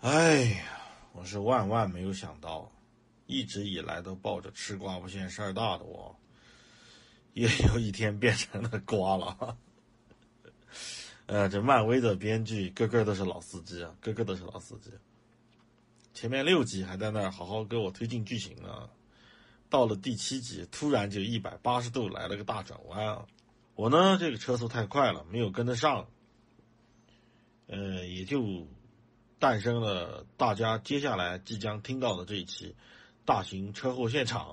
哎呀，我是万万没有想到，一直以来都抱着吃瓜不嫌事儿大的我，也有一天变成了瓜了。这漫威的编剧个个都是老司机啊，个个都是老司机。前面6集还在那儿好好给我推进剧情呢，到了第7集，突然就180度来了个大转弯啊！我呢，这个车速太快了，没有跟得上，也就诞生了大家接下来即将听到的这一期大型车祸现场。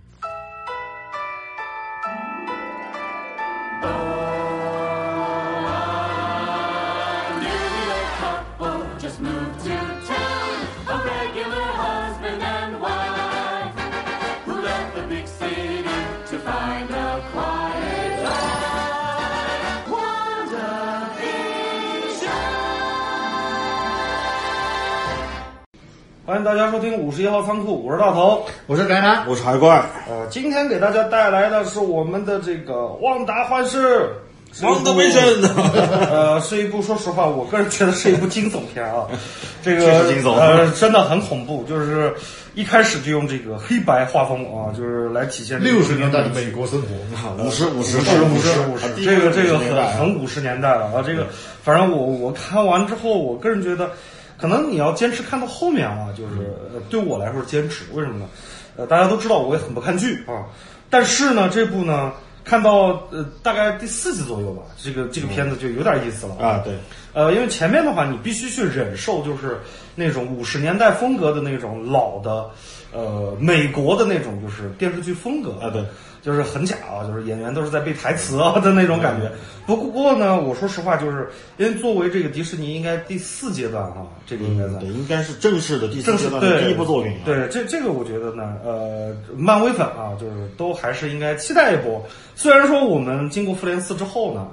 欢迎大家收听51号仓库，我是大头， 我是宅男， 我是海怪。 今天给大家带来的是我们的这个《旺达幻视》 WandaVision 是一部说实话，我个人觉得是一部惊悚片啊。这个确实惊悚真的很恐怖，就是一开始就用这个黑白画风啊，就是来体现 60年代的美国生活 ，50， 这个很50年代了啊。这个反正我看完之后，我个人觉得。可能你要坚持看到后面啊，就是对我来说是坚持。为什么呢？大家都知道我也很不看剧啊，但是呢，这部呢看到大概第4集左右吧，这个片子就有点意思了啊。对， 因为前面的话你必须去忍受，就是那种50年代风格的那种老的美国的那种就是电视剧风格啊，对。 就是很假啊，就是演员都是在背台词啊的那种感觉。不过呢，我说实话，就是因为作为这个迪士尼应该第4阶段哈，这个应该对，应该是正式的第4阶段的第一部作品。 对，这个我觉得呢，漫威粉啊，就是都还是应该期待一波。虽然说我们经过复联4之后呢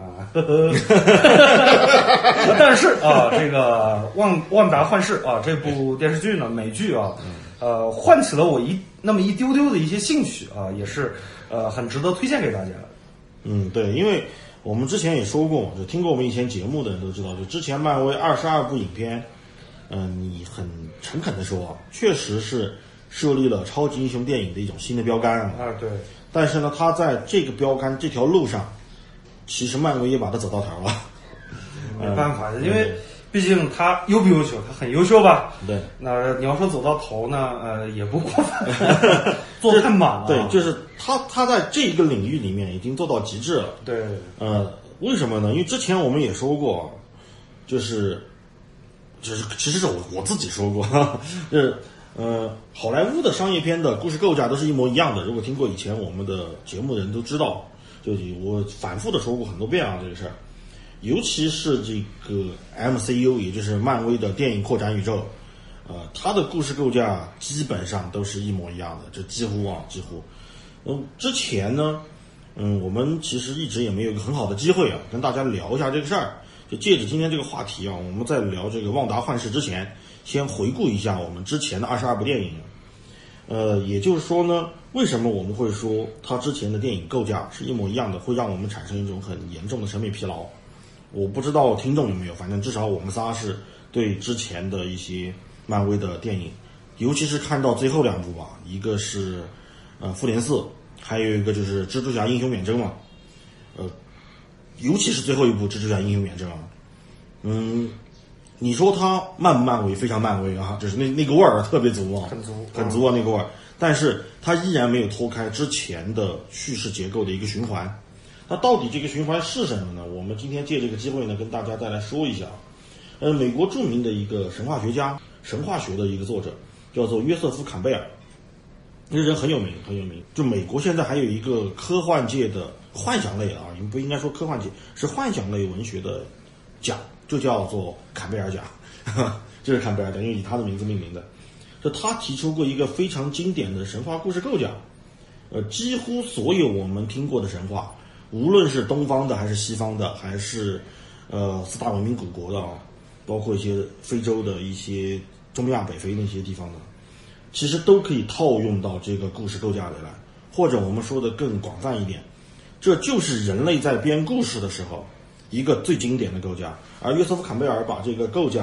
但是啊，这个旺达幻视啊这部电视剧呢，美剧啊，唤起了我那么一丢丢的一些兴趣啊，也是。很值得推荐给大家。 对，因为我们之前也说过，就听过我们以前节目的人都知道，就之前漫威22部影片，你很诚恳的说，确实是设立了超级英雄电影的一种新的标杆啊。 对。 但是呢，他在这个标杆这条路上，其实漫威也把它走到头了。 没办法，因为。毕竟他优不优秀？他很优秀吧？ 对。 那你要说走到头呢，也不过分，做太满了。 对，就是他在这个领域里面已经做到极致了。 对。 为什么呢？因为之前我们也说过，就是其实是我自己说过，就是好莱坞的商业片的故事构架都是一模一样的。如果听过以前我们的节目的人都知道，就我反复的说过很多遍啊，这个事儿。尤其是这个 MCU， 也就是漫威的电影扩展宇宙，它的故事构架基本上都是一模一样的，这几乎。之前呢，我们其实一直也没有一个很好的机会啊，跟大家聊一下这个事儿。就借着今天这个话题啊，我们在聊这个旺达幻视之前，先回顾一下我们之前的22部电影。也就是说呢，为什么我们会说它之前的电影构架是一模一样的，会让我们产生一种很严重的审美疲劳？我不知道听众有没有，反正至少我们仨是对之前的一些漫威的电影，尤其是看到最后2部吧，一个是复联4，还有一个就是蜘蛛侠英雄远征嘛，尤其是最后一部蜘蛛侠英雄远征啊，你说它漫不漫威？非常漫威啊，就是那个味儿特别足啊，很足啊那个味儿，但是它依然没有脱开之前的叙事结构的一个循环。那到底这个循环是什么呢？我们今天借这个机会呢，跟大家再来说一下。美国著名的一个神话学家，神话学的一个作者，叫做约瑟夫·坎贝尔。这个人很有名。就美国现在还有一个科幻界的幻想类啊，不应该说科幻界，是幻想类文学的奖，就叫做坎贝尔奖，这是坎贝尔奖，因为以他的名字命名的。就他提出过一个非常经典的神话故事构架，几乎所有我们听过的神话。无论是东方的还是西方的，还是4大文明古国的啊，包括一些非洲的一些中亚、北非那些地方的，其实都可以套用到这个故事构架里来，或者我们说的更广泛一点，这就是人类在编故事的时候一个最经典的构架。而约瑟夫·坎贝尔把这个构架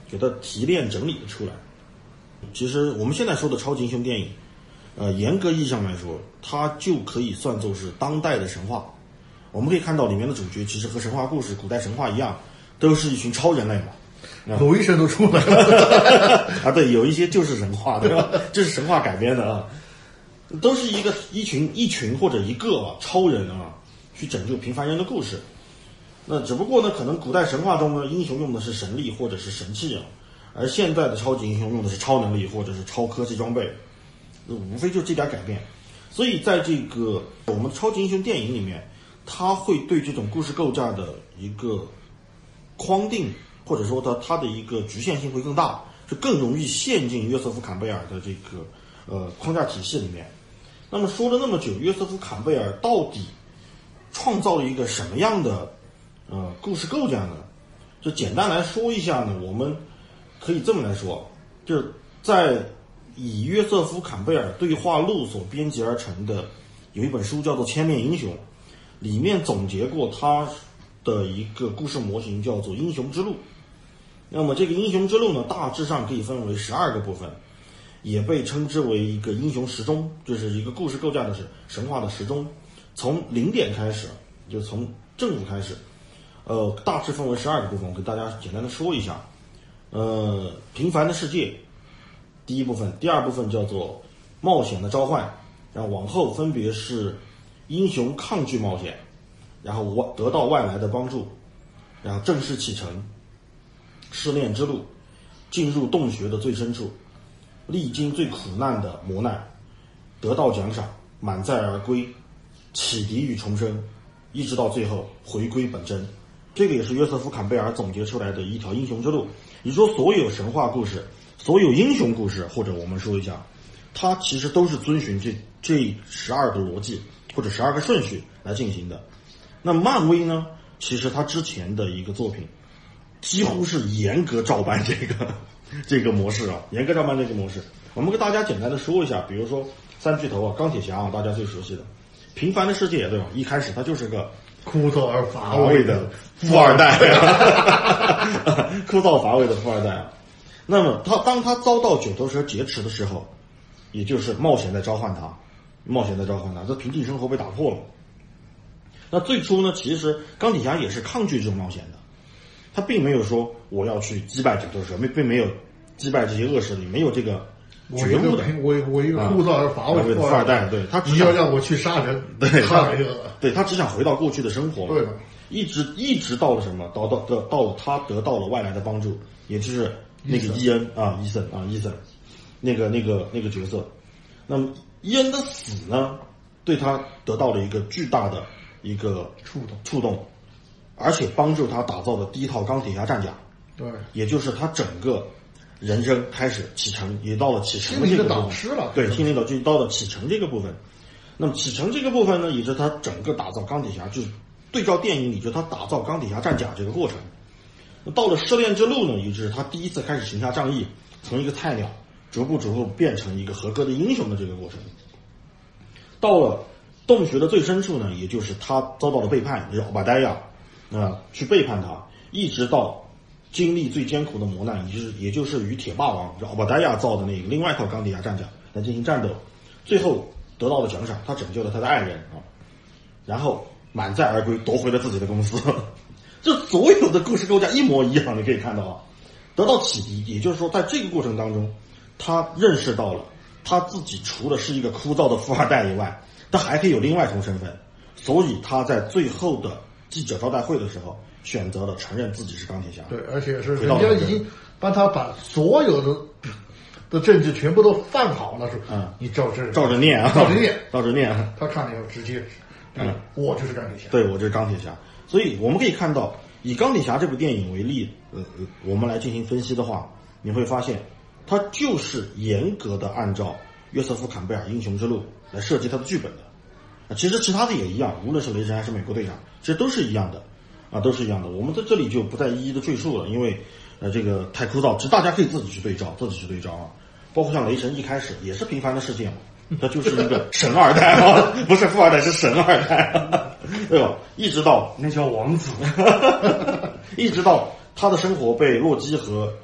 给它提炼整理了出来。其实我们现在说的超级英雄电影，严格意义上来说，它就可以算作是当代的神话。我们可以看到里面的主角其实和神话故事、古代神话一样，都是一群超人类嘛。 罗医生都出来了啊，对，有一些就是神话，对吧？这是神话改编的啊，都是一群或者一个超人啊，去拯救平凡人的故事。那只不过呢，可能古代神话中呢，英雄用的是神力或者是神器啊，而现在的超级英雄用的是超能力或者是超科技装备，无非就这点改变。所以在这个我们超级英雄电影里面，它会对这种故事构架的一个框定，或者说它的一个局限性会更大，就更容易陷进约瑟夫·坎贝尔的这个框架体系里面。那么说了那么久，约瑟夫·坎贝尔到底创造了一个什么样的故事构架呢？就简单来说一下呢，我们可以这么来说，就是在以约瑟夫·坎贝尔对话录所编辑而成的有一本书叫做《千面英雄》，里面总结过他的一个故事模型叫做英雄之路。那么这个英雄之路呢，大致上可以分为12个部分，也被称之为一个英雄时钟，就是一个故事构架的是神话的时钟，从0点开始，就从正午开始，大致分为12个部分，我给大家简单的说一下。平凡的世界，第一部分，第二部分叫做冒险的召唤，然后往后分别是英雄抗拒冒险，然后得到外来的帮助，然后正式启程，试炼之路，进入洞穴的最深处，历经最苦难的磨难，得到奖赏，满载而归，启迪与重生，一直到最后回归本真。这个也是约瑟夫·坎贝尔总结出来的一条英雄之路。也就是说，所有神话故事，所有英雄故事，或者我们说一下，它其实都是遵循这12个逻辑或者12个顺序来进行的。那漫威呢，其实它之前的一个作品几乎是严格照搬这个模式啊，严格照搬这个模式。我们跟大家简单的说一下，比如说3巨头啊，钢铁侠啊，大家最熟悉的平凡的世界，对吧？一开始他就是个枯燥而乏味的富二代枯燥乏味的富二代啊。那么当他遭到九头蛇劫持的时候，也就是冒险在召唤他，这平静生活被打破了。那最初呢，其实钢铁侠也是抗拒这种冒险的，他并没有说我要去击败九头蛇，并没有击败这些恶势力，没有这个觉悟的。 我一个枯燥而乏味的富二代，对，他你要让我去杀人， 对他只想回到过去的生活嘛。 对的， 一直到了什么？到了他得到了外来的帮助，也就是那个伊森，那个角色。那么伊恩的死呢，对他得到了一个巨大的一个触动，而且帮助他打造了第一套钢铁侠战甲。 对， 也就是他整个人生开始启程，也到了启程的这个部分。 导师了， 对，心灵导师到了启程这个部分。那么启程这个部分呢，也是他整个打造钢铁侠，就是对照电影里，就是他打造钢铁侠战甲这个过程。到了试炼之路呢，也就是他第一次开始行侠仗义，从一个菜鸟逐步变成一个合格的英雄的这个过程。到了洞穴的最深处呢，也就是他遭到了背叛，就是奥巴呆亚去背叛他，一直到经历最艰苦的磨难，也就是与铁霸王奥巴呆亚造的那个另外一套钢铁侠战甲来进行战斗，最后得到了奖赏，他拯救了他的爱人然后满载而归，夺回了自己的公司。这所有的故事构架一模一样，你可以看到得到启迪。也就是说，在这个过程当中，他认识到了他自己除了是一个枯燥的富二代以外，他还可以有另外一重身份，所以他在最后的记者招待会的时候选择了承认自己是钢铁侠。 对，而且是人家已经帮他把所有的政治全部都放好了，说你照着念，他看了以后直接我就是钢铁侠。 对，我就是钢铁侠。所以我们可以看到，以钢铁侠这部电影为例，我们来进行分析的话，你会发现它就是严格的按照约瑟夫·坎贝尔英雄之路来设计它的剧本的。其实其他的也一样，无论是雷神还是美国队长，其实都是一样的都是一样的。我们在这里就不再一一的赘述了，因为这个太枯燥，其实大家可以自己去对照包括像雷神一开始也是平凡的世界嘛，他就是一个神二代不是富二代，是神二代对吧？一直到那叫王子一直到他的生活被洛基和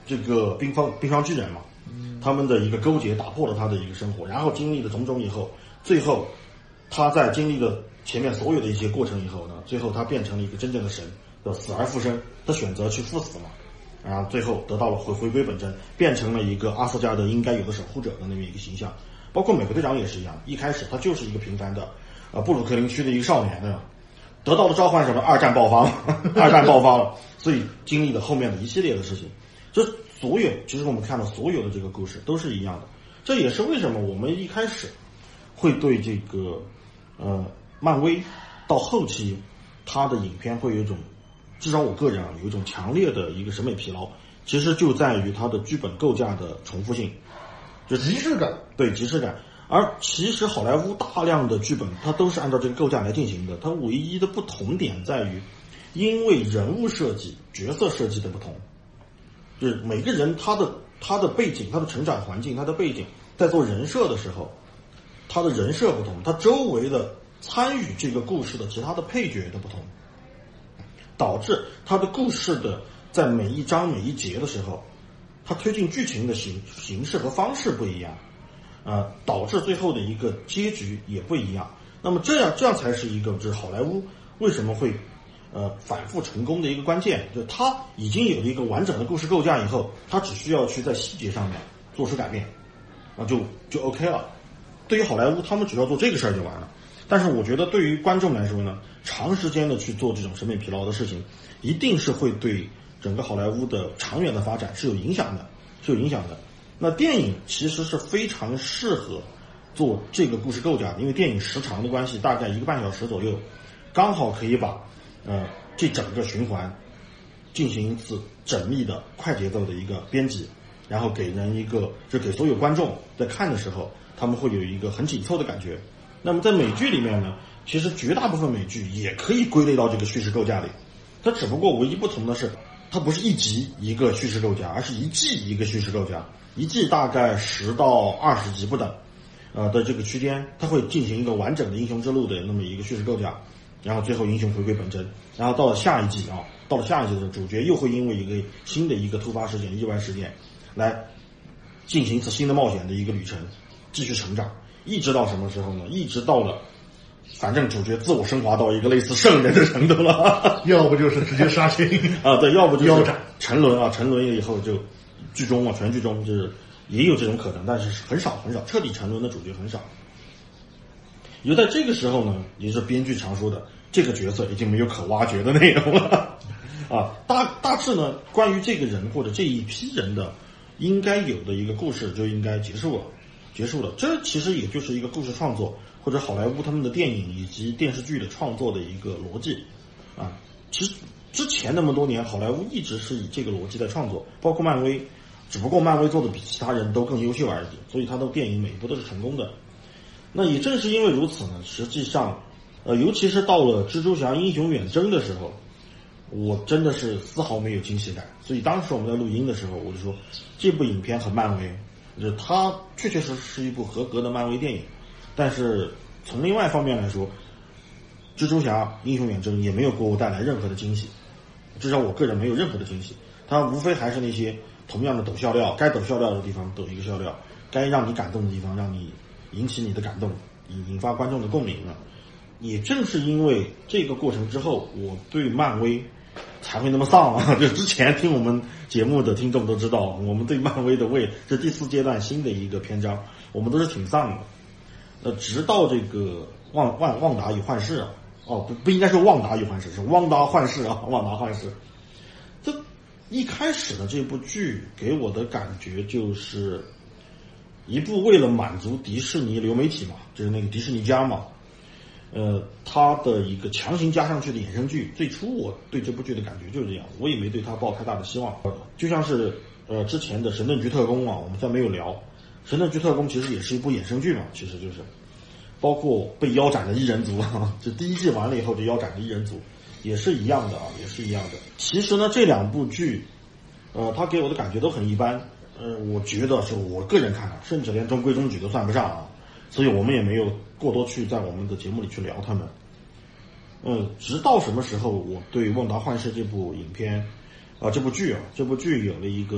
这个冰霜巨人嘛，他们的一个勾结打破了他的一个生活，然后经历了种种以后，最后他在经历了前面所有的一些过程以后呢，最后他变成了一个真正的神，死而复生，他选择去赴死嘛，然后最后得到了回归本真，变成了一个阿斯加德应该有的守护者的那么一个形象。包括美国队长也是一样，一开始他就是一个平凡的布鲁克林区的一个少年的，得到了召唤什么二战爆发了，所以经历了后面的一系列的事情。这所有其实我们看到所有的这个故事都是一样的，这也是为什么我们一开始会对这个漫威到后期他的影片会有一种，至少我个人有一种强烈的一个审美疲劳，其实就在于他的剧本构架的重复性，就即视感， 对即视感。而其实好莱坞大量的剧本它都是按照这个构架来进行的，它唯一的不同点在于因为人物设计角色设计的不同，就是每个人他的背景，他的成长环境，他的背景，在做人设的时候他的人设不同，他周围的参与这个故事的其他的配角的不同，导致他的故事的在每一章每一节的时候，他推进剧情的形式和方式不一样，导致最后的一个结局也不一样。那么这样才是一个就是好莱坞为什么会反复成功的一个关键，就是他已经有了一个完整的故事构架以后，他只需要去在细节上面做出改变，就 OK 了。对于好莱坞他们只要做这个事儿就完了。但是我觉得对于观众来说呢，长时间的去做这种审美疲劳的事情，一定是会对整个好莱坞的长远的发展是有影响的。那电影其实是非常适合做这个故事构架的，因为电影时长的关系，大概1个半小时左右，刚好可以把这整个循环进行一次缜密的快节奏的一个编辑，然后给人一个就给所有观众在看的时候，他们会有一个很紧凑的感觉。那么在美剧里面呢，其实绝大部分美剧也可以归类到这个叙事构架里，它只不过唯一不同的是，它不是一集一个叙事构架，而是一季一个叙事构架，一季大概10到20集不等的这个区间，它会进行一个完整的英雄之路的那么一个叙事构架，然后最后英雄回归本真，然后到了下一季的时候，主角又会因为一个新的一个突发事件、意外事件来进行一次新的冒险的一个旅程，继续成长，一直到什么时候呢？一直到了反正主角自我升华到一个类似圣人的程度了， 要不就是直接杀青对，要不就是腰斩沉沦以后就剧中全剧中就是也有这种可能，但是很少彻底沉沦的主角很少。也就在这个时候呢，也是编剧常说的，这个角色已经没有可挖掘的内容了大致呢，关于这个人或者这一批人的应该有的一个故事就应该结束了。这其实也就是一个故事创作或者好莱坞他们的电影以及电视剧的创作的一个逻辑其实之前那么多年，好莱坞一直是以这个逻辑在创作，包括漫威，只不过漫威做的比其他人都更优秀而已，所以他的电影每一部都是成功的。那也正是因为如此呢，实际上尤其是到了蜘蛛侠英雄远征的时候，我真的是丝毫没有惊喜感。所以当时我们在录音的时候，我就说这部影片很漫威，就是它确确实实是一部合格的漫威电影。但是从另外一方面来说，蜘蛛侠英雄远征也没有给我带来任何的惊喜，至少我个人没有任何的惊喜。它无非还是那些同样的抖笑料，该抖笑料的地方抖一个笑料，该让你感动的地方让你引起你的感动，引发观众的共鸣了。也正是因为这个过程之后，我对漫威才会那么丧就之前听我们节目的听众都知道，我们对漫威的这第4阶段新的一个篇章，我们都是挺丧的。直到这个旺达与幻视不应该是旺达与幻视，是汪达幻视旺达幻视。这一开始的这部剧给我的感觉就是一部为了满足迪士尼流媒体嘛，就是那个迪士尼家嘛，它的一个强行加上去的衍生剧。最初我对这部剧的感觉就是这样，我也没对它抱太大的希望。就像是之前的神盾局特工我们虽然没有聊，神盾局特工其实也是一部衍生剧嘛，其实就是包括被腰斩的异人族就第一季完了以后就腰斩的异人族也是一样的其实呢这2部剧它给我的感觉都很一般，我觉得是我个人看甚至连中规中矩都算不上所以我们也没有过多去在我们的节目里去聊他们。直到什么时候我对旺达幻视这部影片这部剧有了一个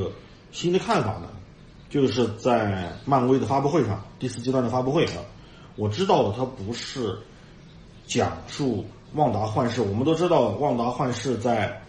新的看法呢，就是在漫威的发布会上，第4阶段的发布会上，我知道了它不是讲述旺达幻视。我们都知道旺达幻视在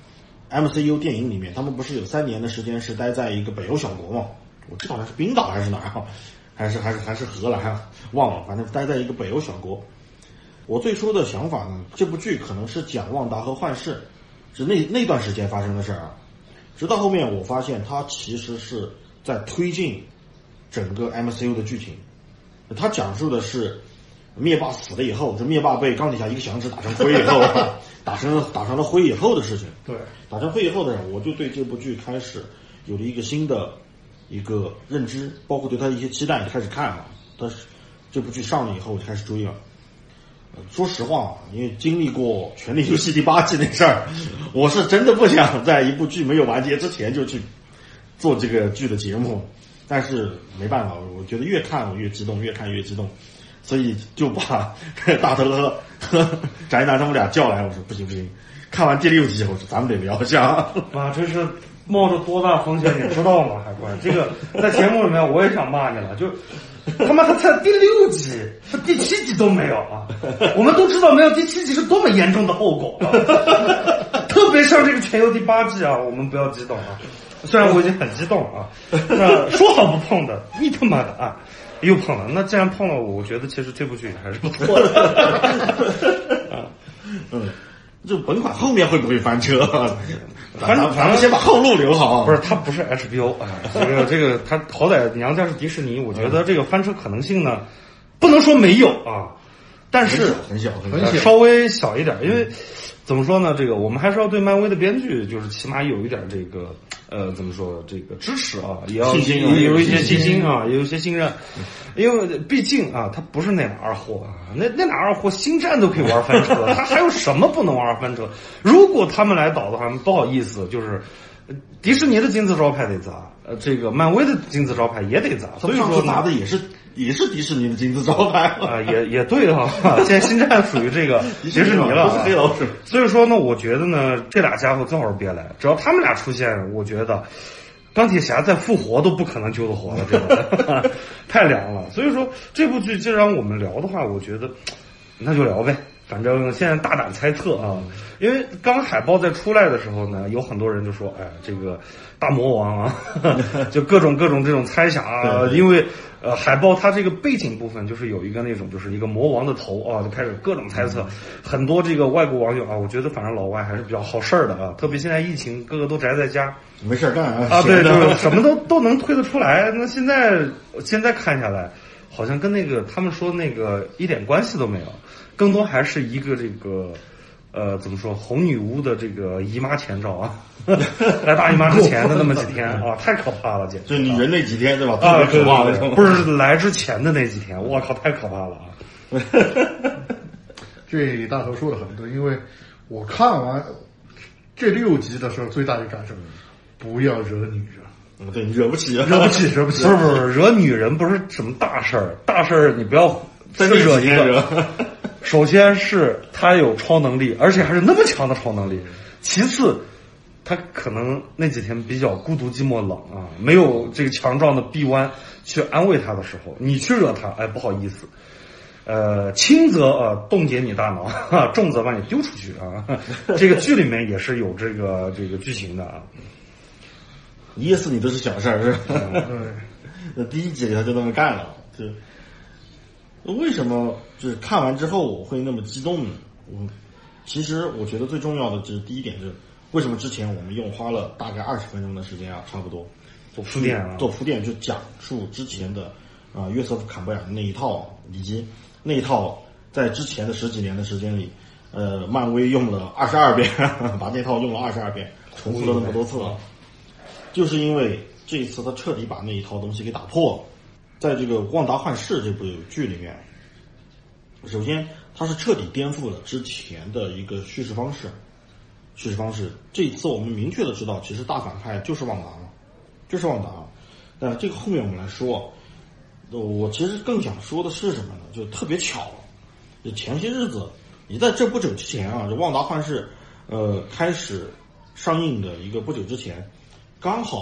MCU 电影里面，他们不是有3年的时间是待在一个北欧小国嘛？我知道那是冰岛还是哪儿，还是荷兰，忘了，反正待在一个北欧小国。我最初的想法呢，这部剧可能是讲旺达和幻视，是那段时间发生的事儿啊。直到后面我发现，它其实是在推进整个 MCU 的剧情。它讲述的是灭霸死了以后，这灭霸被钢铁侠一个响指打成灰以后，打成了灰以后的事情。 对， 打成灰以后的人，我就对这部剧开始有了一个新的一个认知，包括对他的一些期待，就开始看了。但是这部剧上了以后，我就开始追了。说实话，因为经历过《权力游戏》第8季那事儿，我是真的不想在一部剧没有完结之前就去做这个剧的节目。但是没办法，我觉得越看我越激动，越看越激动，所以就把大头和宅男他们俩叫来，我说不行，看完第6集，我说咱们得聊一下啊，这是冒着多大风险你知道吗？海关，这个在节目里面我也想骂你了，就他妈他才第6集，他第7集都没有啊！我们都知道没有第7集是多么严重的后果，特别像这个《全游》第8季啊，我们不要激动啊！虽然我已经很激动了啊，那说好不碰的，你他妈的啊，又碰了。那既然碰了，我觉得其实这部剧还是不错的。 就甭管后面会不会翻车，反正先把后路留好。 不是，它不是 HBO 啊，这个它好歹娘家是迪士尼，我觉得这个翻车可能性呢，不能说没有啊，但是很小， 稍微小一点，因为怎么说呢？这个我们还是要对漫威的编剧，就是起码有一点这个怎么说这个支持啊，也要有一些信心啊，也有一些信任，因为毕竟啊，他不是那哪二货啊，那哪二货星战都可以玩翻车，他还有什么不能玩翻车？如果他们来导的话，不好意思，就是迪士尼的金字招牌得砸，这个漫威的金字招牌也得砸，所以说拿的也是迪士尼的金字招牌啊，也对哈，现在星战属于这个迪士尼了， 不是黑老鼠。 所以说呢，我觉得呢，这俩家伙最好是别来，只要他们俩出现，我觉得钢铁侠再复活都不可能救得活了，这个太凉了。所以说这部剧既然我们聊的话，我觉得那就聊呗。反正现在大胆猜测啊，因为刚海报在出来的时候呢，有很多人就说，哎，这个大魔王啊，就各种这种猜想啊，因为海报它这个背景部分就是有一个那种就是一个魔王的头啊，就开始各种猜测。很多这个外国网友啊，我觉得反正老外还是比较好事儿的啊，特别现在疫情，个个都宅在家， 没事干啊，对，就是什么都能推得出来。那现在看下来，好像跟那个他们说那个一点关系都没有。更多还是一个这个，怎么说，红女巫的这个姨妈前兆啊，来大姨妈之前的那么几天啊，太可怕了，简直。 就你人那几天对吧？特别可怕的， 不是来之前的那几天，我靠，太可怕了啊！ 这大头说的很对，因为我看完这6集的时候，最大的感受，不要惹女人。 对，你惹不起， 不是， 惹女人不是什么大事儿，大事儿你不要。再惹一个，首先是他有超能力，而且还是那么强的超能力。其次，他可能那几天比较孤独寂寞冷啊，没有这个强壮的臂弯去安慰他的时候，你去惹他，哎，不好意思。轻则冻结你大脑，重则把你丢出去啊。这个剧里面也是有这个剧情的啊。 噎死你都是小事儿，是吧？那第1集他就那么干了，就。为什么就是看完之后我会那么激动呢？其实我觉得最重要的就是第一点是，为什么之前我们花了大概20分钟的时间啊，差不多做铺垫就讲述之前的约瑟夫·坎贝尔的那一套，以及那一套在之前的10几年的时间里，漫威用了22遍，把那套用了22遍，重复了那么多次，就是因为这一次他彻底把那一套东西给打破了。在这个《旺达幻视》这部剧里面，首先它是彻底颠覆了之前的一个叙事方式。这一次我们明确的知道，其实大反派就是旺达嘛，就是旺达。但这个后面我们来说，我其实更想说的是什么呢？就特别巧，就前些日子，你在这不久之前啊，就《旺达幻视》开始上映的一个不久之前，刚好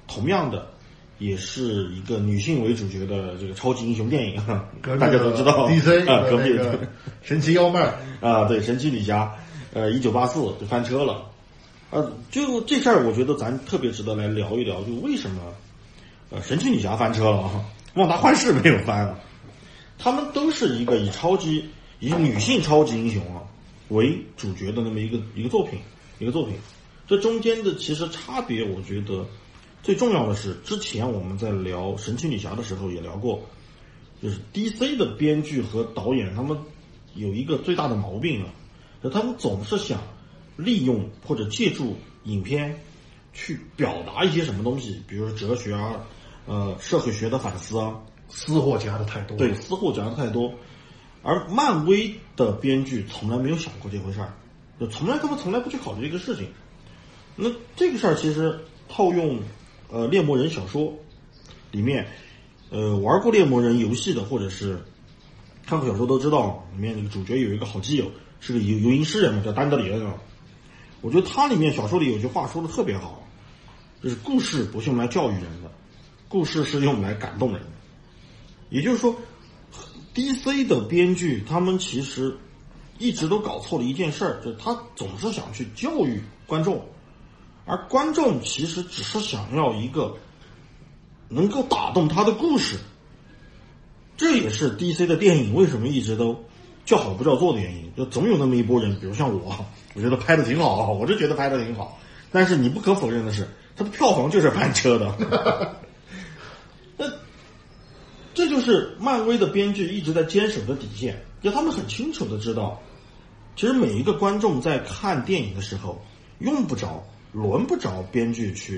同样的也是一个女性为主角的这个超级英雄电影，大家都知道 DC 隔壁的神奇妖妹对，神奇女侠，1984就翻车了。就这事儿，我觉得咱特别值得来聊一聊，就为什么神奇女侠翻车了，旺达幻视没有翻了。他们都是一个以女性超级英雄为主角的那么一个作品。这中间的其实差别，我觉得最重要的是，之前我们在聊神奇女侠的时候也聊过，就是 DC 的编剧和导演他们有一个最大的毛病就他们总是想利用或者借助影片去表达一些什么东西，比如说哲学社会学的反思私货夹的太多。 对，私货夹的太多。而漫威的编剧从来没有想过这回事儿，他们从来不去考虑这个事情。那这个事儿其实套用猎魔人小说里面，玩过猎魔人游戏的或者是看过小说都知道，里面那个主角有一个好基友，是个游吟诗人嘛，叫丹德里恩。我觉得他里面小说里有句话说的特别好，就是故事不是用来教育人的，故事是用来感动人的。也就是说 DC 的编剧他们其实一直都搞错了一件事儿，就是他总是想去教育观众，而观众其实只是想要一个能够打动他的故事。这也是 DC 的电影为什么一直都叫好不叫座的原因，就总有那么一波人，比如像我觉得拍的挺好，我就觉得拍的挺好，但是你不可否认的是，它的票房就是翻车的。那这就是漫威的编剧一直在坚守的底线，就他们很清楚的知道，其实每一个观众在看电影的时候，轮不着编剧去，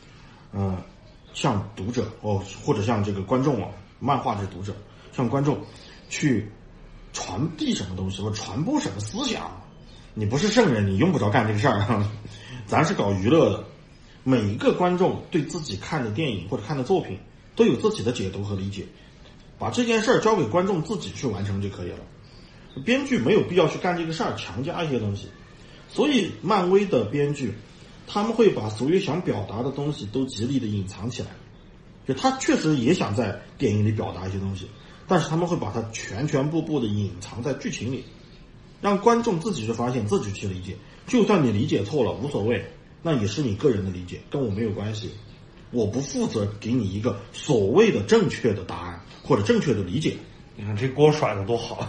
向读者或者向这个观众漫画的读者，向观众去传递什么东西或传播什么思想。你不是圣人，你用不着干这个事儿。咱是搞娱乐的，每一个观众对自己看的电影或者看的作品都有自己的解读和理解，把这件事儿交给观众自己去完成就可以了。编剧没有必要去干这个事儿，强加一些东西。所以漫威的编剧他们会把所有想表达的东西都极力的隐藏起来，就他确实也想在电影里表达一些东西，但是他们会把它全部的隐藏在剧情里，让观众自己去发现，自己去理解。就算你理解错了无所谓，那也是你个人的理解，跟我没有关系，我不负责给你一个所谓的正确的答案或者正确的理解。 你看这锅甩的多好。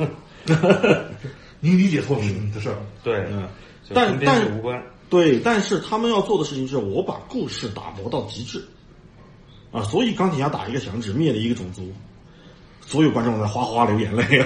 你理解错是你的事儿。 对， 但无关。 对，但是他们要做的事情是，我把故事打磨到极致所以钢铁侠打一个响指，灭了一个种族，所有观众在哗哗流眼泪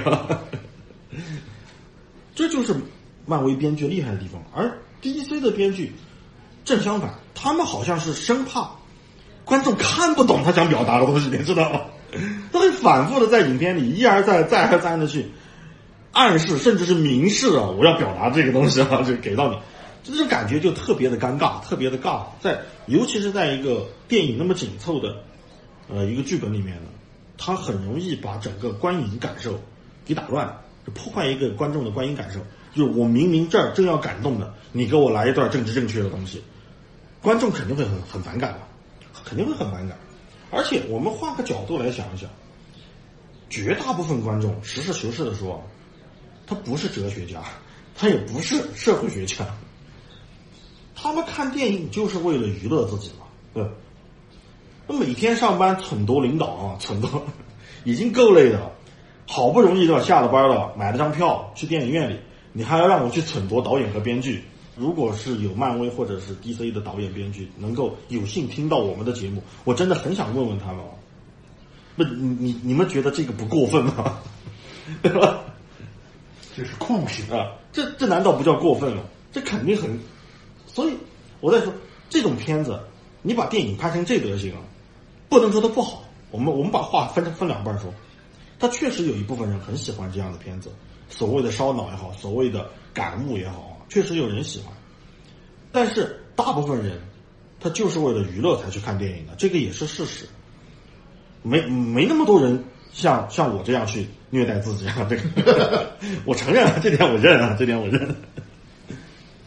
这就是漫威编剧厉害的地方。而 DC 的编剧正相反，他们好像是生怕观众看不懂他想表达的东西，你知道吗？他会反复的在影片里一而再再而三的去暗示，甚至是明示我要表达这个东西就给到你，这种感觉就特别的尴尬，特别的尬。尤其是在一个电影那么紧凑的一个剧本里面呢，它很容易把整个观影感受给打乱，就破坏一个观众的观影感受。就是我明明这儿正要感动的，你给我来一段政治正确的东西，观众肯定会很反感的，肯定会很反感。而且我们换个角度来想一想，绝大部分观众实事求是的说，他不是哲学家，他也不是社会学家，他们看电影就是为了娱乐自己嘛，对。那每天上班忖度领导忖度已经够累的了，好不容易下了班了，买了张票去电影院里，你还要让我去忖度导演和编剧。如果是有漫威或者是 DC 的导演编剧能够有幸听到我们的节目，我真的很想问问他们不，你们觉得这个不过分吗？对吧？ 这是酷刑这难道不叫过分吗？这肯定很。所以我在说，这种片子你把电影拍成这德行不能说它不好。我们把话分两半说，它确实有一部分人很喜欢这样的片子，所谓的烧脑也好，所谓的感悟也好，确实有人喜欢。但是大部分人他就是为了娱乐才去看电影的，这个也是事实。没那么多人像我这样去虐待自己这个我承认这点我认这点我认。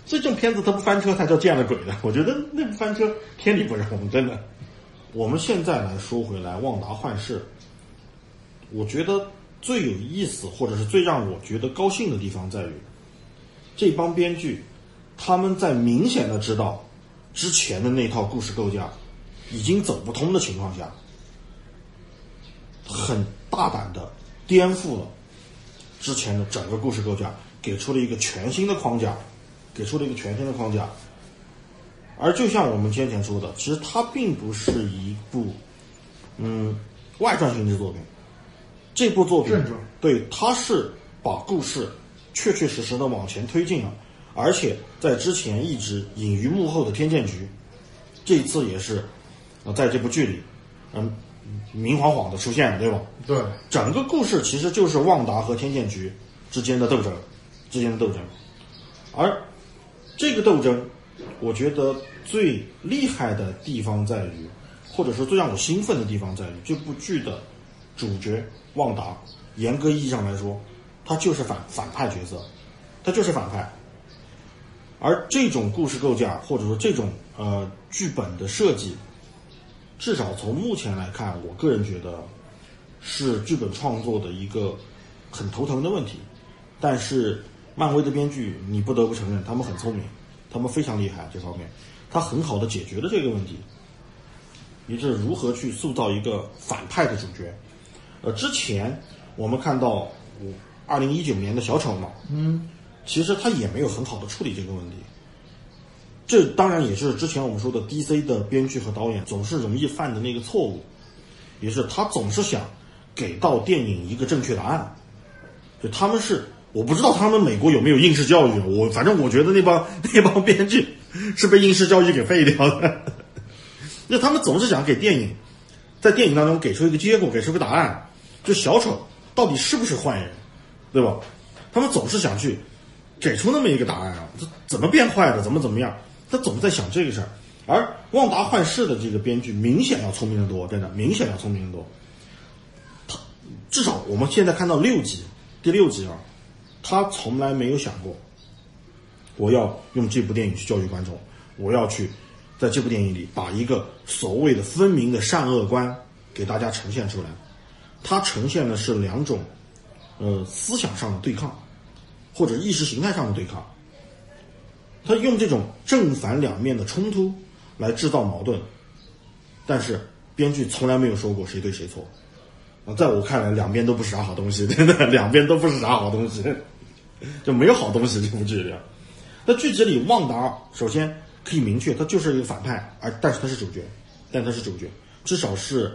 这种片子它不翻车才叫见了鬼的。我觉得那不翻车天理不容，真的。我们现在来说回来，旺达幻视，我觉得最有意思或者是最让我觉得高兴的地方在于，这帮编剧他们在明显的知道之前的那套故事构架已经走不通的情况下，很大胆的颠覆了之前的整个故事构架，给出了一个全新的框架，而就像我们先前说的，其实它并不是一部外传性质作品，这部作品对它是把故事确确实实的往前推进了，而且在之前一直隐于幕后的天剑局，这一次也是在这部剧里明晃晃的出现了，对吧？ 对， 整个故事其实就是旺达和天剑局之间的斗争，而这个斗争我觉得最厉害的地方在于，或者说最让我兴奋的地方在于，这部剧的主角旺达严格意义上来说他就是反派角色，他就是反派。而这种故事构架或者说这种剧本的设计，至少从目前来看，我个人觉得是剧本创作的一个很头疼的问题。但是漫威的编剧你不得不承认他们很聪明，他们非常厉害，这方面他很好的解决了这个问题，也就是如何去塑造一个反派的主角。之前我们看到2019年的小丑嘛，其实他也没有很好的处理这个问题。这当然也是之前我们说的 DC 的编剧和导演总是容易犯的那个错误，也是他总是想给到电影一个正确答案。就他们是，我不知道他们美国有没有应试教育，反正我觉得那帮编剧是被应试教育给废掉的。就他们总是想给电影，在电影当中给出一个结果，给出个答案，就小丑到底是不是坏人，对吧？他们总是想去给出那么一个答案啊，这怎么变坏的，怎么样，他总在想这个事儿。而旺达幻视的这个编剧明显要聪明得多，真的明显要聪明得多。他至少我们现在看到第六集啊，他从来没有想过我要用这部电影去教育观众，我要去在这部电影里把一个所谓的分明的善恶观给大家呈现出来。它呈现的是两种思想上的对抗，或者意识形态上的对抗。他用这种正反两面的冲突来制造矛盾，但是编剧从来没有说过谁对谁错。在我看来，两边都不是啥好东西，真的，两边都不是啥好东西，就没有好东西。这部剧里，那剧集里旺达首先可以明确，他就是一个反派，但是他是主角，至少是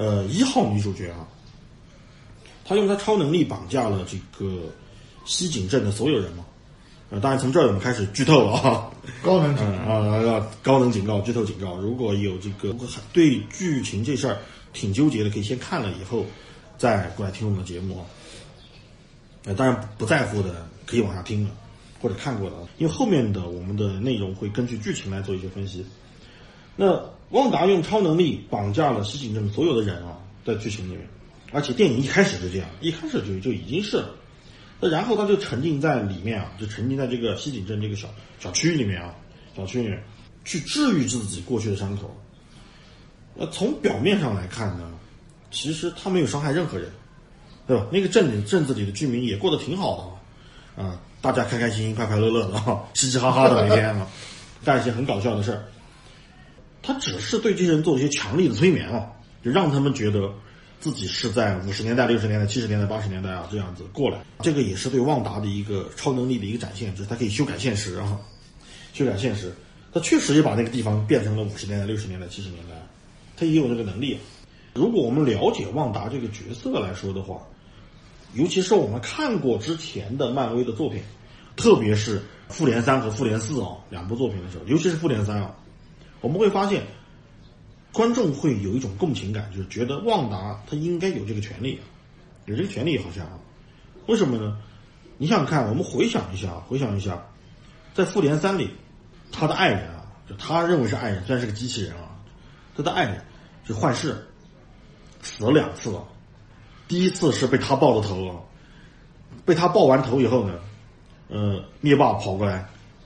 1号女主角啊。他用他超能力绑架了这个西井镇的所有人嘛。当然从这儿我们开始剧透了啊， 高能警告， 剧透警告。如果有如果对剧情这事儿挺纠结的，可以先看了以后再过来听我们的节目啊。当然不在乎的可以往下听了，或者看过的，因为后面的我们的内容会根据剧情来做一些分析。那旺达用超能力绑架了西井镇所有的人啊，在剧情里面，而且电影一开始就这样，一开始就已经是了。那然后他就沉浸在里面啊，就沉浸在这个西井镇这个小区里面去治愈自己过去的伤口。从表面上来看呢，其实他没有伤害任何人，对吧？那个镇子里的居民也过得挺好的大家开开心心、快快乐乐的嘻嘻哈哈的每天干一些很搞笑的事儿。他只是对这些人做了一些强力的催眠就让他们觉得自己是在50年代、60年代、70年代、80年代这样子过来。这个也是对旺达的一个超能力的一个展现，就是他可以修改现实他确实也把那个地方变成了50年代、60年代、70年代，他也有那个能力。如果我们了解旺达这个角色来说的话，尤其是我们看过之前的漫威的作品，特别是复联3和复联4两部作品的时候，尤其是复联3我们会发现观众会有一种共情感，就是觉得旺达他应该有这个权利，好像为什么呢？你想想看，我们回想一下，在复联3里，他的爱人就他认为是爱人，虽然是个机器人他的爱人是幻视，死了2次第一次是被他爆的头被他爆完头以后呢，灭霸跑过来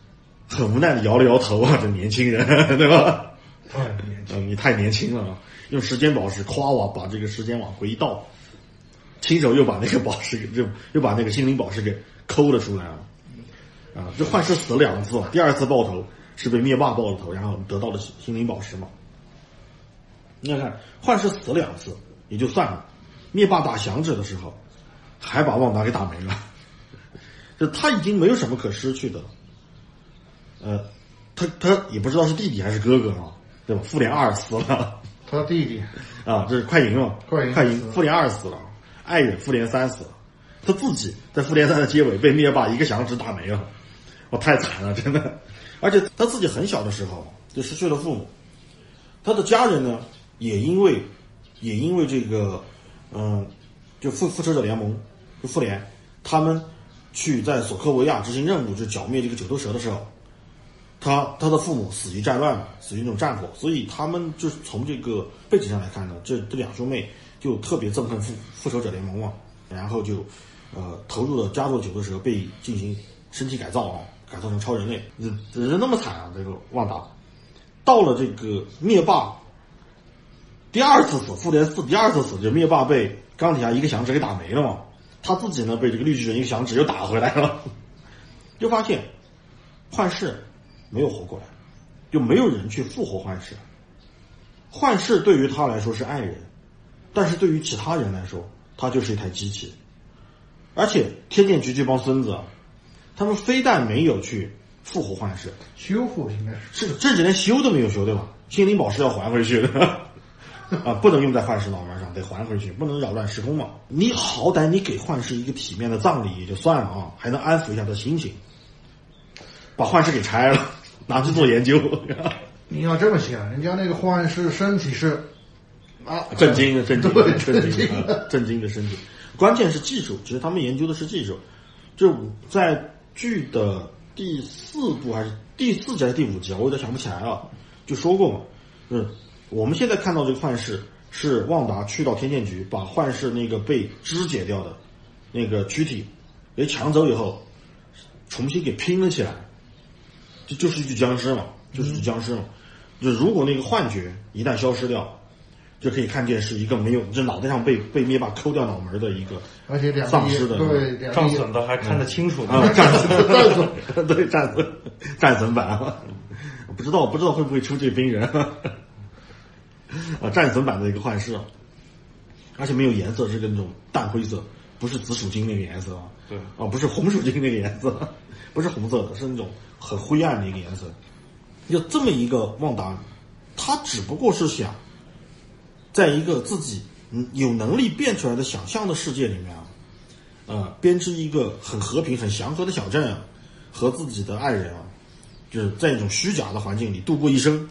很无奈的摇了摇头啊，这年轻人，对吧？ 太年轻， 你太年轻了，用时间宝石夸我把这个时间往回一倒，亲手又把那个宝石又把那个心灵宝石给抠了出来了。这幻视死了2次，第2次爆头是被灭霸爆了头，然后得到了心灵宝石嘛。你看，幻视死了2次也就算了，灭霸打响指的时候还把旺达给打没了，就他已经没有什么可失去的了。他也不知道是弟弟还是哥哥啊，对吧？复联2死了， 他弟弟啊，这是快银了， 快银复联2死了，艾忍复联3死了，他自己在复联3的结尾被灭霸一个响指打没了，太惨了，真的。而且他自己很小的时候就失去了父母，他的家人呢也因为这个就复仇者联盟就复联，他们去在索科维亚执行任务，就剿灭这个九头蛇的时候，他的父母死于战乱，死于那种战火，所以他们就是从这个背景上来看呢，这2兄妹就特别憎恨复仇者联盟嘛，然后就投入了加入九头蛇，被进行身体改造啊，改造成超人类，人那么惨啊！这个旺达到了这个灭霸第2次死，复联4第2次死，就灭霸被钢铁侠一个响指给打没了嘛，他自己呢被这个绿巨人一个响指又打回来了，就发现幻视没有活过来，就没有人去复活幻视。幻视对于他来说是爱人，但是对于其他人来说，他就是一台机器。而且天剑局这帮孙子，他们非但没有去复活幻视， 修复应该是甚至连修都没有修，对吧？心灵宝石要还回去的不能用在幻视脑门上，得还回去，不能扰乱时空嘛。你好歹你给幻视一个体面的葬礼也就算了啊，还能安抚一下他心情。把幻视给拆了，拿去做研究。 你要这么想，人家那个幻视身体是震惊的身体。关键是技术，其实他们研究的是技术。就在剧的第4部还是第4集还是第5集，我有点想不起来了，就说过嘛，我们现在看到这个幻视是旺达去到天剑局，把幻视那个被肢解掉的那个躯体给抢走以后，重新给拼了起来，就是一具僵尸嘛，就如果那个幻觉一旦消失掉，就可以看见是一个没有，就脑袋上被灭霸抠掉脑门的一个， 而且丧尸的， 对， 战损的还看得清楚啊，战损版，不知道会不会出这兵人战损版的一个幻视，而且没有颜色，是个那种淡灰色，不是紫薯精那个颜色啊， 对不是红薯精那个颜色，不是红色的，是那种很灰暗的一个颜色。有这么一个旺达，他只不过是想在一个自己有能力变出来的想象的世界里面编织一个很和平很祥和的小镇和自己的爱人就是在一种虚假的环境里度过一生，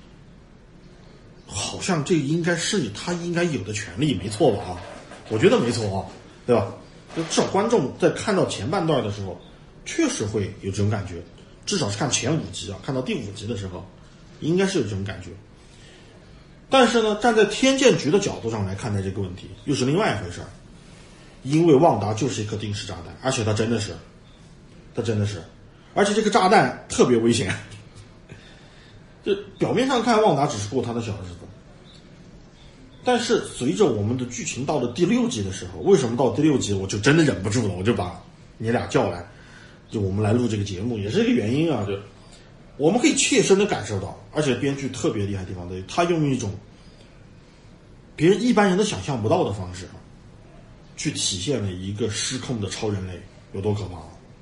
好像这应该是他应该有的权利，没错吧？我觉得没错对吧？就至少观众在看到前半段的时候，确实会有这种感觉，至少是看前5集看到第5集的时候，应该是有这种感觉。但是呢，站在天剑局的角度上来看待这个问题，又是另外一回事儿。因为旺达就是一颗定时炸弹，而且它真的是，而且这个炸弹特别危险。就表面上看，旺达只是过他的小日子，但是随着我们的剧情到了第6集的时候，为什么到第6集我就真的忍不住了，我就把你俩叫来，就我们来录这个节目，也是一个原因就我们可以切身的感受到，而且编剧特别厉害的地方在于，他用一种别人一般人都想象不到的方式去体现了一个失控的超人类有多可怕。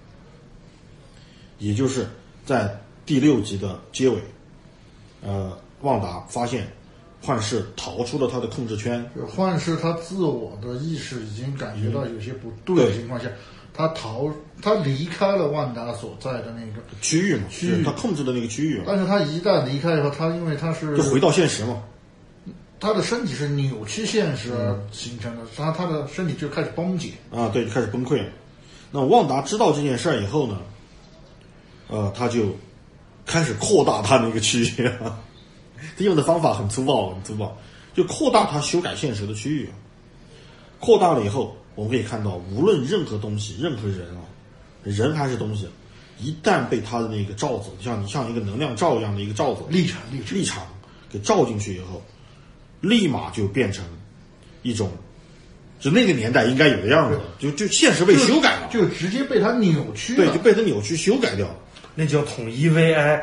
也就是在第6集的结尾，旺达发现幻视逃出了他的控制圈， 幻视他自我的意识已经感觉到有些不对的情况下，他离开了旺达所在的那个区域嘛，他控制的那个区域嘛。 但是他一旦离开以后，他因为他是就回到现实嘛， 他的身体是扭曲现实而形成的，他的身体就开始崩解对，就开始崩溃了。那旺达知道这件事以后呢，他就开始扩大他那个区域他用的方法很粗暴，就扩大他修改现实的区域。扩大了以后，我们可以看到，无论任何东西、任何人人还是东西， 一旦被他的那个罩子，像一个能量罩一样的一个罩子立场给罩进去以后，立马就变成一种就那个年代应该有的样子，就现实被修改了， 就直接被他扭曲了， 对，就被他扭曲修改掉了， 那叫统一 VI。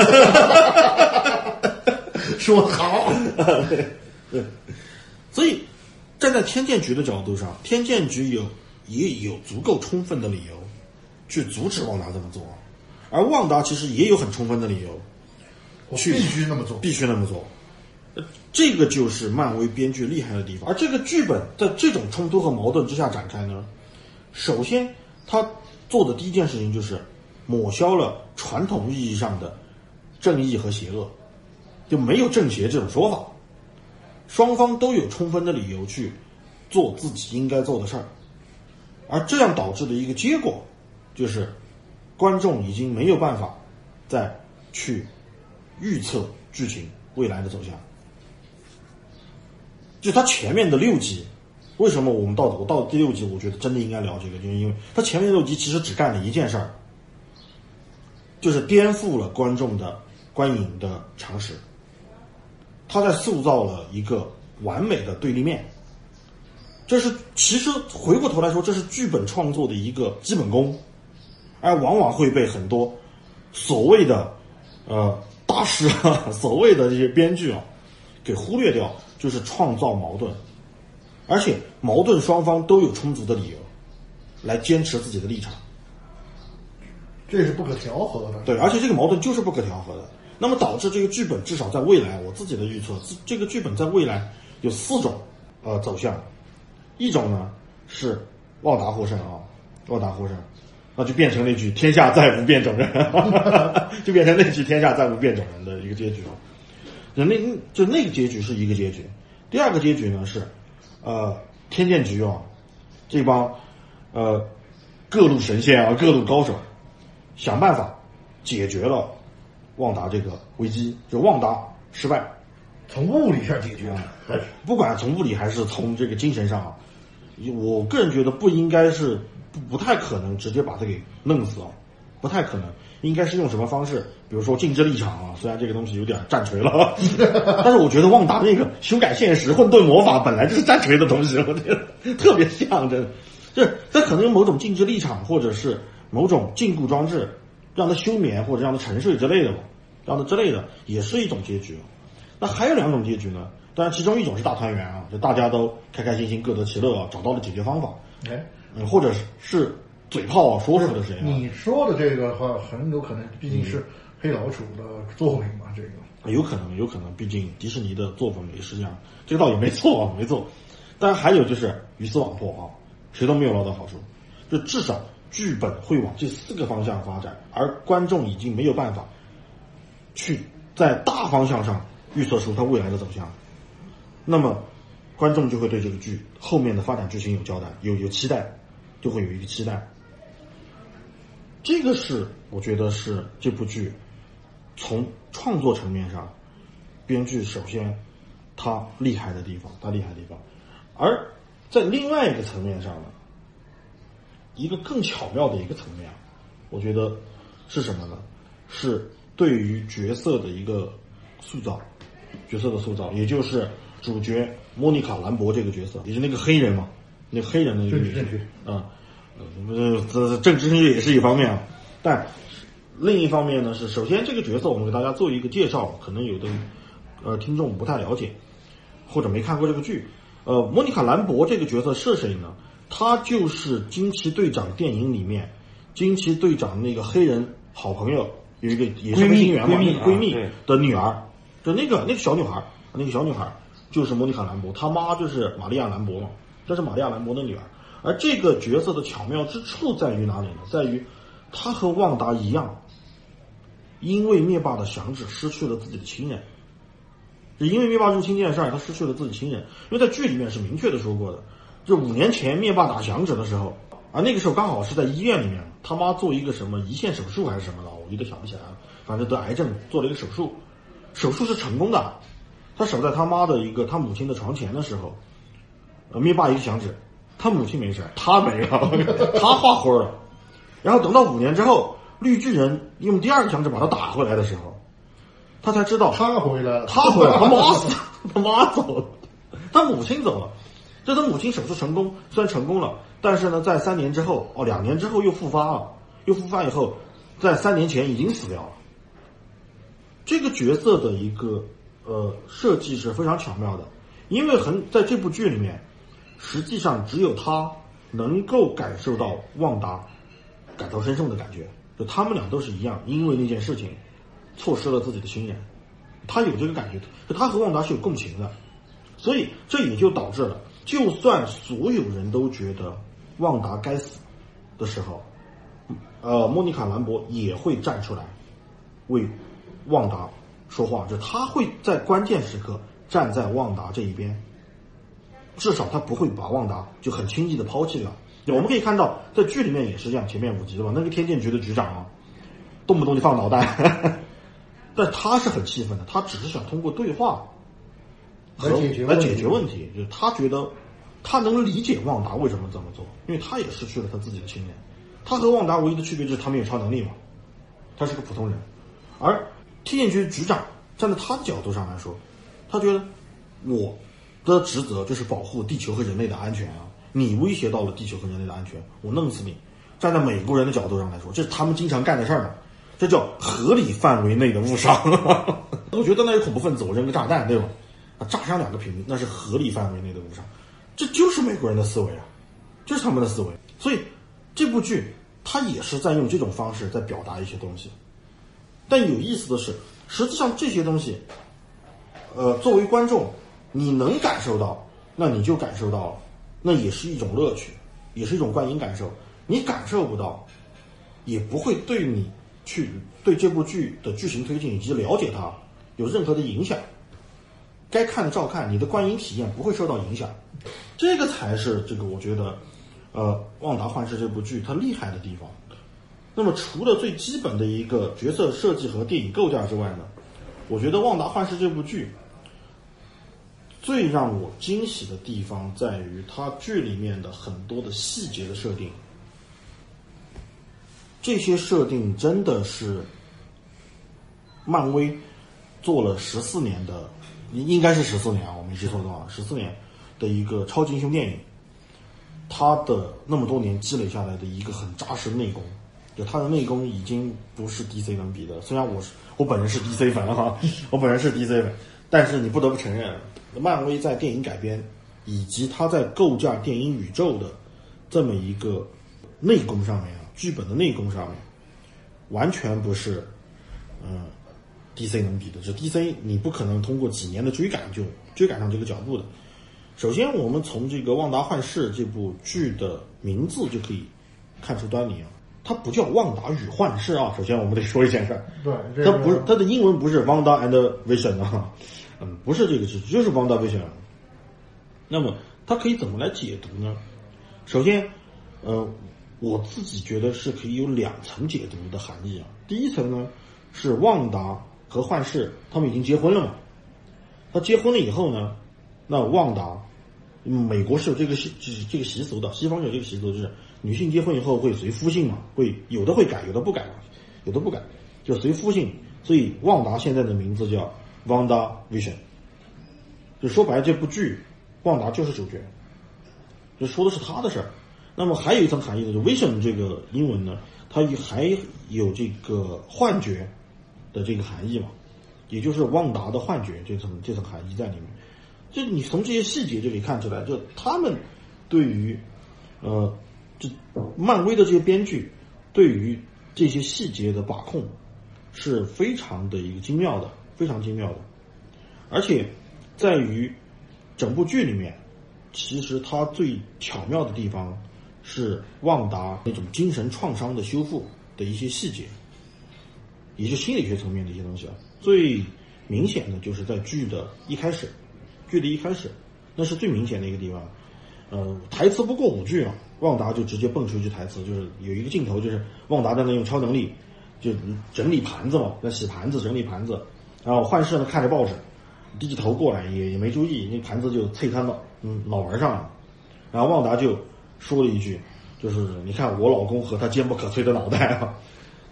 说得好。 对，所以站在天剑局的角度上，天剑局也有足够充分的理由去阻止旺达这么做，而旺达其实也有很充分的理由去必须那么做。 这个就是漫威编剧厉害的地方。而这个剧本在这种冲突和矛盾之下展开呢，首先他做的第一件事情就是抹消了传统意义上的正义和邪恶，就没有正邪这种说法，双方都有充分的理由去做自己应该做的事儿。而这样导致的一个结果就是观众已经没有办法再去预测剧情未来的走向。就他前面的6集，为什么我到第6集我觉得真的应该聊这个，就是因为他前面的6集其实只干了一件事儿，就是颠覆了观众的观影的常识，他在塑造了一个完美的对立面。这是其实回过头来说，这是剧本创作的一个基本功，而往往会被很多所谓的大师所谓的这些编剧给忽略掉，就是创造矛盾，而且矛盾双方都有充足的理由来坚持自己的立场， 这是不可调和的。 对，而且这个矛盾就是不可调和的。那么导致这个剧本至少在未来，我自己的预测，这个剧本在未来有4种走向。一种呢是旺达获胜，那就变成那句天下再无变种人就变成那句天下再无变种人的一个结局。那个结局是一个结局。第二个结局呢是天剑局这帮各路神仙各路高手想办法解决了旺达这个危机，就旺达失败， 从物理上解决不管从物理还是从这个精神上我个人觉得不应该是不太可能直接把他给弄死不太可能，应该是用什么方式，比如说禁制立场虽然这个东西有点战锤了但是我觉得旺达那个修改现实混沌魔法本来就是战锤的东西，我觉得特别像，真的就是他可能有某种禁制立场或者是某种禁锢装置让他休眠或者让他沉睡之类的也是一种结局。那还有2种结局呢，当然其中一种是大团圆就大家都开开心心各得其乐找到了解决方法，或者是嘴炮说出的谁你说的这个话很有可能毕竟是黑老鼠的作品嘛，这个有可能毕竟迪士尼的作风也是这样，这个倒也没错。当然还有就是鱼死网破谁都没有捞到好处，就至少剧本会往这4个方向发展，而观众已经没有办法去在大方向上预测出它未来的走向，那么观众就会对这个剧后面的发展剧情有交代，有期待，就会有一个期待。这个是我觉得是这部剧从创作层面上，编剧首先他厉害的地方，而在另外一个层面上呢，一个更巧妙的一个层面，我觉得是什么呢？是对于角色的一个塑造，也就是主角莫妮卡·兰博这个角色，也是那个黑人嘛，那个黑人的一个女性政治正确也是一方面但另一方面呢是，首先这个角色我们给大家做一个介绍，可能有的听众不太了解或者没看过这个剧。莫妮卡·兰博这个角色是谁呢？她就是惊奇队长电影里面惊奇队长那个黑人好朋友，有一个也是飞行员嘛，闺蜜的女儿，就那个小女孩就是莫妮卡·兰博，她妈就是玛利亚·兰博嘛，这是玛利亚·兰博的女儿。而这个角色的巧妙之处在于哪里呢？在于她和旺达一样，因为灭霸的响指失去了自己的亲人。因为灭霸入侵这件事儿，他失去了自己亲人。因为在剧里面是明确的说过的，就5年前灭霸打响指的时候那个时候刚好是在医院里面，他妈做一个什么胰腺手术还是什么的，我有点想不起来了，反正得癌症做了一个手术是成功的。他守在他妈的他母亲的床前的时候，灭霸一个响指，他母亲没事，他没了他画灰了。然后等到5年之后， 绿巨人用第二个响指把他打回来的时候，他才知道他回来了， 他妈死了，他妈走了，他母亲走了。这他母亲手术成功，虽然成功了，但是呢，在2年之后又复发了，又复发以后，在3年前已经死掉了。这个角色的一个设计是非常巧妙的，因为在这部剧里面，实际上只有他能够感受到旺达感同身受的感觉，就他们俩都是一样，因为那件事情错失了自己的亲人，他有这个感觉，他和旺达是有共情的，所以这也就导致了，就算所有人都觉得旺达该死的时候，莫妮卡·兰博也会站出来为旺达说话，就他会在关键时刻站在旺达这一边，至少他不会把旺达就很轻易的抛弃掉。我们可以看到在剧里面也是这样，前面5集的吧，那个天剑局的局长啊，动不动就放脑袋但他是很气愤的，他只是想通过对话来解决问题，就是他觉得他能理解旺达为什么这么做，因为他也失去了他自己的亲人。他和旺达唯一的区别就是他没有超能力嘛，他是个普通人。而天剑局局长站在他的角度上来说，他觉得我的职责就是保护地球和人类的安全啊，你威胁到了地球和人类的安全，我弄死你。站在美国人的角度上来说，这是他们经常干的事儿嘛，这叫合理范围内的误伤我觉得那些恐怖分子我扔个炸弹对吧，炸伤2个平民，那是合理范围内的误伤，这就是美国人的思维啊，这是他们的思维。所以这部剧它也是在用这种方式在表达一些东西。但有意思的是，实际上这些东西作为观众你能感受到，那你就感受到了，那也是一种乐趣，也是一种观影感受。你感受不到也不会对你去对这部剧的剧情推进以及了解它有任何的影响，该看的照看，你的观影体验不会受到影响。这个才是这个我觉得旺达幻视这部剧它厉害的地方。那么除了最基本的一个角色设计和电影构架之外呢，我觉得旺达幻视这部剧最让我惊喜的地方在于它剧里面的很多的细节的设定，这些设定真的是漫威做了14年的，应该是14年啊，我没记错的话，14年的一个超级英雄电影，它的那么多年积累下来的一个很扎实的内功，就它的内功已经不是 DC 能比的。虽然我本人是 DC 粉哈，我本人是 DC 粉，但是你不得不承认，漫威在电影改编以及它在构架电影宇宙的这么一个内功上面啊，剧本的内功上面，完全不是DC 能比的。这 DC 你不可能通过几年的追赶就追赶上这个脚步的。首先我们从这个《旺达幻视》这部剧的名字就可以看出端倪啊，它不叫旺达与幻视啊。首先我们得说一件事， 对， 它不是，它的英文不是 Wanda and Vision 啊，不是这个字，就是 Wanda Vision。那么它可以怎么来解读呢？首先，我自己觉得是可以有2层解读的含义啊。第一层呢，是旺达和幻视他们已经结婚了嘛，他结婚了以后呢，那旺达，美国是有这个习俗的，西方有这个习俗，就是女性结婚以后会随夫姓嘛，有的会改，有的不改，就随夫姓。所以旺达现在的名字叫 Wanda Vision， 就说白了，这部剧旺达就是主角，就说的是他的事儿。那么还有一层含义呢，就 Vision 这个英文呢，它还有这个幻觉的这个含义嘛，也就是旺达的幻觉这层含义在里面。就你从这些细节就可以看出来，就他们对于这漫威的这些编剧对于这些细节的把控是非常的一个精妙的，非常精妙的。而且在于整部剧里面，其实它最巧妙的地方是旺达那种精神创伤的修复的一些细节，也就是心理学层面的一些东西啊。最明显的就是在剧的一开始，那是最明显的一个地方。台词不过5句啊，旺达就直接蹦出一句台词，就是有一个镜头，就是旺达在那用超能力就整理盘子嘛，在洗盘子整理盘子，然后幻视呢看着报纸，低起头过来也没注意，那盘子就啐他脑门上了，然后旺达就说了一句，就是你看我老公和他坚不可摧的脑袋啊，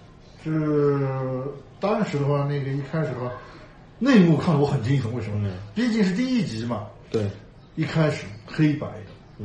是当时的话，那个一开始的话，内幕看得我很惊悚，为什么呢？毕竟是第一集嘛。 对， 一开始黑白的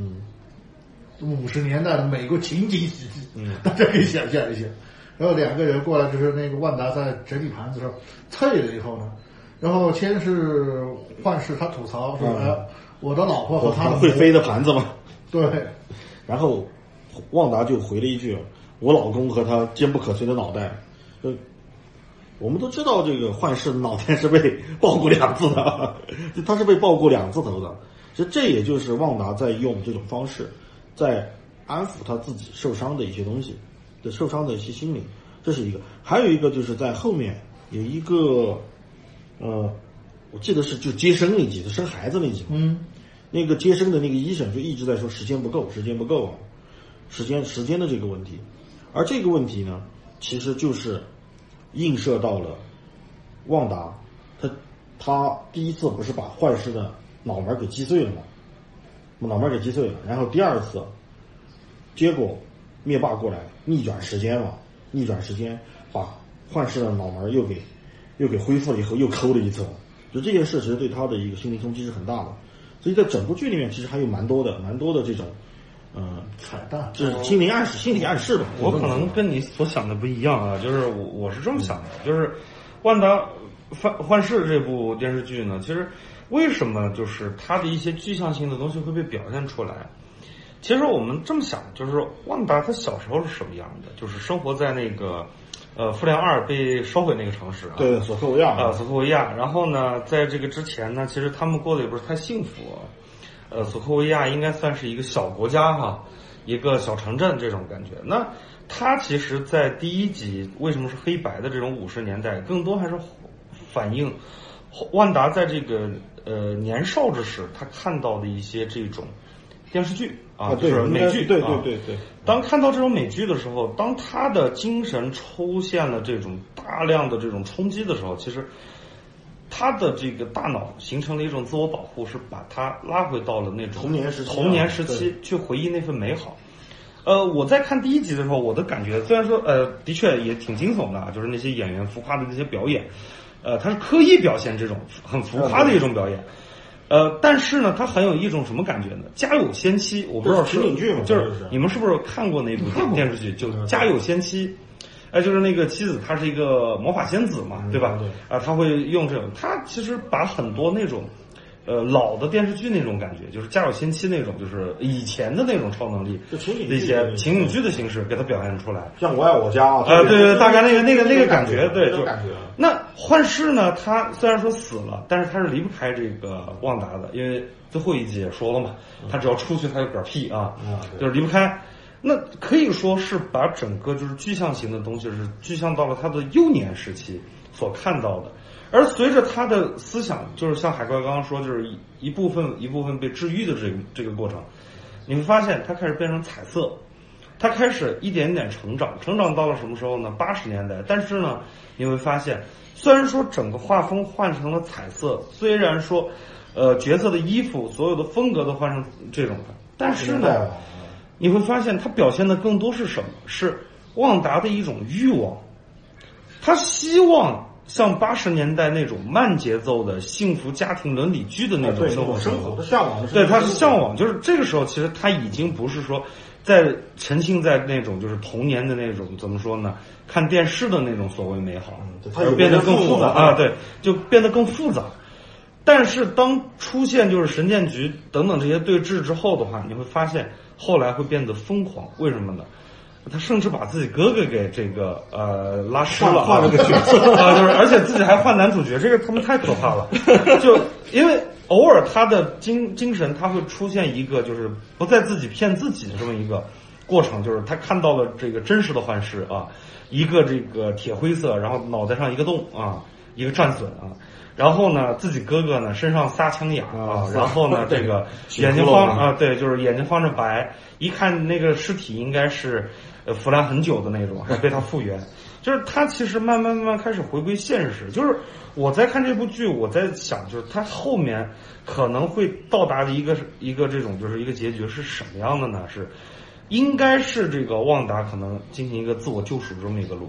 ，50年代的美国情景喜剧，大家可以想象一下。然后两个人过来，就是那个万达在整理盘子的时候退了以后呢，然后先是幻视他吐槽说：“我的老婆和他的会飞的盘子嘛。” 对， 然后旺达就回了一句：“我老公和他坚不可摧的脑袋。”我们都知道这个幻视的脑袋是被爆过2次的，他是被爆过2次头的。其实这也就是旺达在用这种方式，在安抚他自己受伤的一些东西，受伤的一些心理，这是一个。还有一个就是在后面有一个，我记得是就接生那集，生孩子那集，那个接生的那个医生就一直在说时间不够，时间的这个问题，而这个问题呢，其实就是映射到了旺达，他第一次不是把幻视的脑门给击碎了吗？然后第2次，结果灭霸过来逆转时间把幻视的脑门又给恢复了以后又抠了一次，就这件事其实对他的一个心理冲击是很大的。所以在整部剧里面其实还有蛮多的这种彩蛋， 就是心理暗示吧。 我可能跟你所想的不一样啊，就是我是这么想的，就是万达幻视这部电视剧呢，其实为什么就是它的一些具象性的东西会被表现出来？其实我们这么想，就是万达他小时候是什么样的？就是生活在那个复联2被烧毁那个城市啊， 对，索科维亚。 然后呢，在这个之前呢，其实他们过得也不是太幸福。索科维亚应该算是一个小国家哈，一个小城镇这种感觉。那它其实，在第1集为什么是黑白的这种50年代，更多还是反映万达在这个年少之时他看到的一些这种电视剧啊，就是美剧。 对。 当看到这种美剧的时候，当他的精神出现了这种大量的这种冲击的时候，其实他的这个大脑形成了一种自我保护，是把他拉回到了那种童年时期去回忆那份美好。我在看第1集的时候，我的感觉虽然说的确也挺惊悚的啊，就是那些演员浮夸的那些表演，他是刻意表现这种很浮夸的一种表演。但是呢，他很有一种什么感觉呢？家有仙妻，我不知道是就是你们是不是看过那部电视剧，就《家有仙妻》。就是那个妻子，她是一个魔法仙子嘛，对吧？他会用这种，他其实把很多那种，老的电视剧那种感觉，就是家有仙妻那种，就是以前的那种超能力，一些情景剧的形式给他表现出来， 像我爱我家啊， 对，大概那个感觉，对，就感觉。那幻视呢，他虽然说死了，但是他是离不开这个旺达的，因为最后1集也说了嘛，他只要出去他就嗝屁啊，就是离不开。那可以说是把整个就是具象型的东西是具象到了他的幼年时期所看到的，而随着他的思想，就是像海怪刚刚说，就是一部分被治愈的这个过程，你会发现他开始变成彩色，他开始一点点成长到了什么时候呢？80年代。但是呢，你会发现，虽然说整个画风换成了彩色，虽然说角色的衣服所有的风格都换成这种的，但是呢，你会发现它表现的更多是什么？是旺达的一种欲望，他希望像80年代那种慢节奏的幸福家庭伦理剧的那种生活的向往。 对，他是向往，就是这个时候其实他已经不是说在沉浸在那种就是童年的那种怎么说呢？看电视的那种所谓美好，而变得更复杂啊，对，就变得更复杂。但是当出现就是神剑局等等这些对峙之后的话，你会发现后来会变得疯狂。为什么呢？他甚至把自己哥哥给这个拉湿了， 换了个角色就是而且自己还换男主角，这个他们太可怕了。就因为偶尔他的精神他会出现一个就是不再自己骗自己的这么一个过程，就是他看到了这个真实的幻视啊，一个这个铁灰色，然后脑袋上一个洞啊，一个战损啊。然后呢，自己哥哥呢身上撒枪眼啊，然后呢这个眼睛方啊，对，就是眼睛方着白，一看那个尸体应该是腐烂很久的那种，还被他复原。就是他其实慢慢开始回归现实。就是我在看这部剧，我在想，就是他后面可能会到达的一个这种就是一个结局是什么样的呢？是应该是这个旺达可能进行一个自我救赎这么一个路。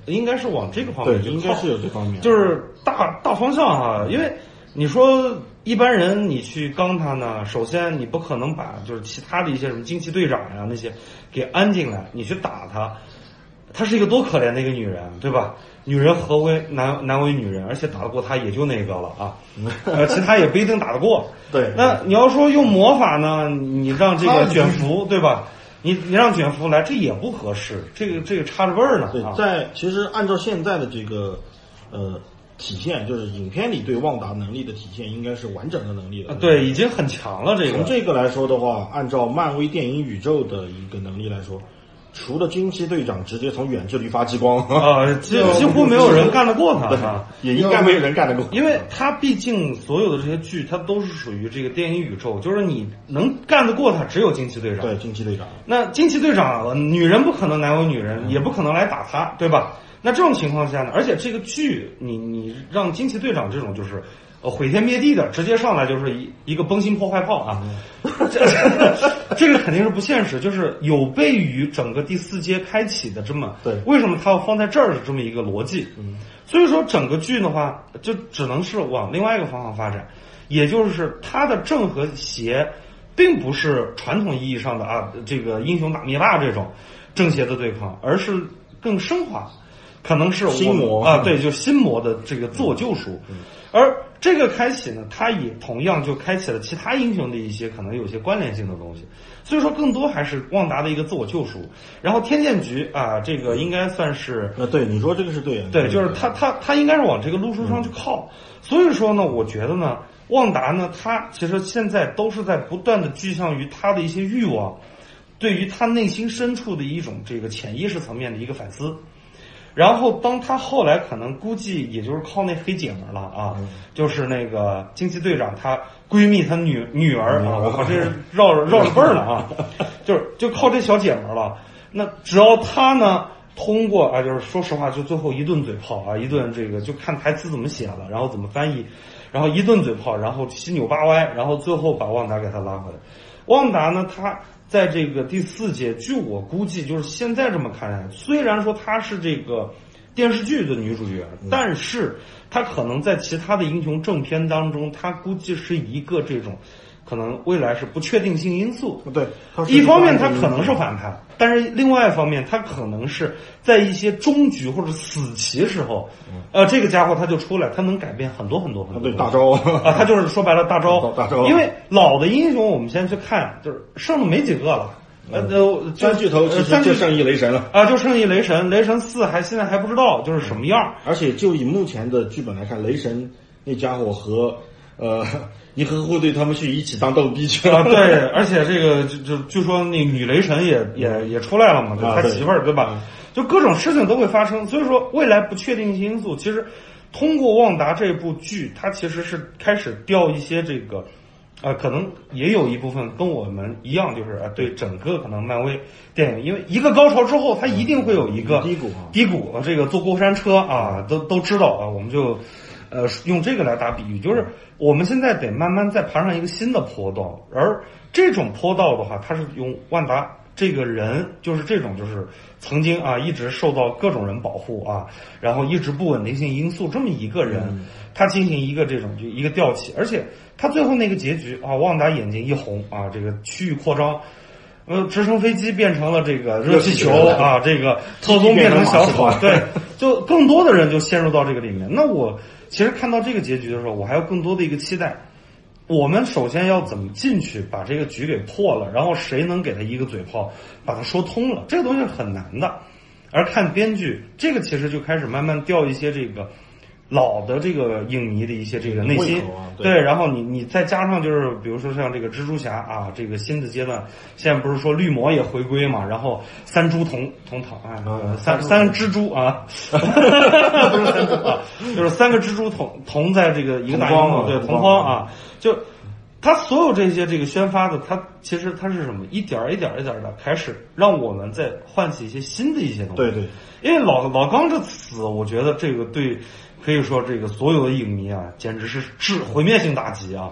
应该是往这个方面去靠， 应该是有这方面， 就是大方向哈，因为你说一般人你去刚他呢，首先你不可能把就是其他的一些什么惊奇队长呀那些给安进来，你去打他，她是一个多可怜的一个女人，对吧？女人何为难为女人，而且打得过她也就那个了啊，其他也不一定打得过。 对， 那你要说用魔法呢，你让这个卷福，对吧？你让卷福来，这也不合适，这个差着辈儿呢。 对，其实按照现在的这个体现，就是影片里对旺达能力的体现，应该是完整的能力了。 对，已经很强了。 从这个来说的话，按照漫威电影宇宙的一个能力来说，除了惊奇队长直接从远距离发激光几乎没有人干得过他啊， 也应该没有人干得过， 因为他毕竟所有的这些剧，它都是属于这个电影宇宙，就是你能干得过他，只有惊奇队长。 对，惊奇队长。 那惊奇队长，女人不可能难为女人，也不可能来打他，对吧？那这种情况下呢，而且这个剧，你让惊奇队长这种就是毁天灭地的，直接上来就是一个崩心破坏炮啊，这个肯定是不现实，就是有悖于整个第4阶开启的这么， 对， 为什么他要放在这儿的这么一个逻辑？所以说整个剧的话，就只能是往另外一个方向发展，也就是它的正和邪，并不是传统意义上的这个英雄打灭霸这种正邪的对抗，而是更升华。可能是心魔对，就心魔的这个自我救赎，而这个开启呢，它也同样就开启了其他英雄的一些可能有些关联性的东西，所以说更多还是旺达的一个自我救赎。然后天剑局这个应该算是对，你说这个是对的， 对，就是他应该是往这个路数上去靠。所以说呢，我觉得呢，旺达呢，他其实现在都是在不断的具象于他的一些欲望，对于他内心深处的一种这个潜意识层面的一个反思。然后当他后来可能估计也就是靠那黑姐们了就是那个惊奇队长她闺蜜她女儿我这是绕着辈儿了就靠这小姐们了。那只要他呢通过就是说实话，就最后一顿嘴炮一顿这个就看台词怎么写了，然后怎么翻译，然后一顿嘴炮，然后七扭八歪，然后最后把旺达给他拉回来。旺达呢，他在这个第4阶，据我估计，就是现在这么看来，虽然说她是这个电视剧的女主角，但是她可能在其他的英雄正片当中，她估计是一个这种可能未来是不确定性因素。 对， 一方面她可能是反派，但是另外一方面她可能是在一些终局或者死棋时候，这个家伙他就出来，他能改变很多很多很多。 对，大招他就是说白了大招。因为老的英雄我们现在去看，就是剩的没几个了。 三巨头其实就剩一雷神了就剩一雷神4现在还不知道就是什么样。 而且就以目前的剧本来看，雷神那家伙和银河护卫队他们去一起当逗逼去了对，而且这个就据说那女雷神也出来了嘛，对，他媳妇儿对吧？就各种事情都会发生，所以说未来不确定性因素，其实通过旺达这部剧，它其实是开始调一些这个可能也有一部分跟我们一样，就是对整个可能漫威电影，因为一个高潮之后，它一定会有一个低谷，这个坐过山车都知道我们就用这个来打比喻，就是我们现在得慢慢再爬上一个新的坡道，而这种坡道的话，它是用万达这个人，就是这种就是曾经一直受到各种人保护然后一直不稳定性因素这么一个人，他进行一个这种就一个调起，而且他最后那个结局旺达眼睛一红这个区域扩张。直升飞机变成了这个热气球这个特工变成小丑，对，就更多的人就陷入到这个里面。那我其实看到这个结局的时候，我还有更多的一个期待。我们首先要怎么进去把这个局给破了，然后谁能给他一个嘴炮把他说通了，这个东西很难的。而看编剧，这个其实就开始慢慢调一些这个老的这个影迷的一些这个内心，对，然后你再加上就是比如说像这个蜘蛛侠这个新的阶段，现在不是说绿魔也回归嘛，然后三蛛同躺三蜘蛛不是三蛛就是3个蜘蛛同在这个一个大荧幕，对，同框就它所有这些这个宣发的，它其实它是什么？一点一点的开始让我们再唤起一些新的一些东西。 对， 因为老刚这词，我觉得这个对可以说这个所有的影迷简直是毁灭性打击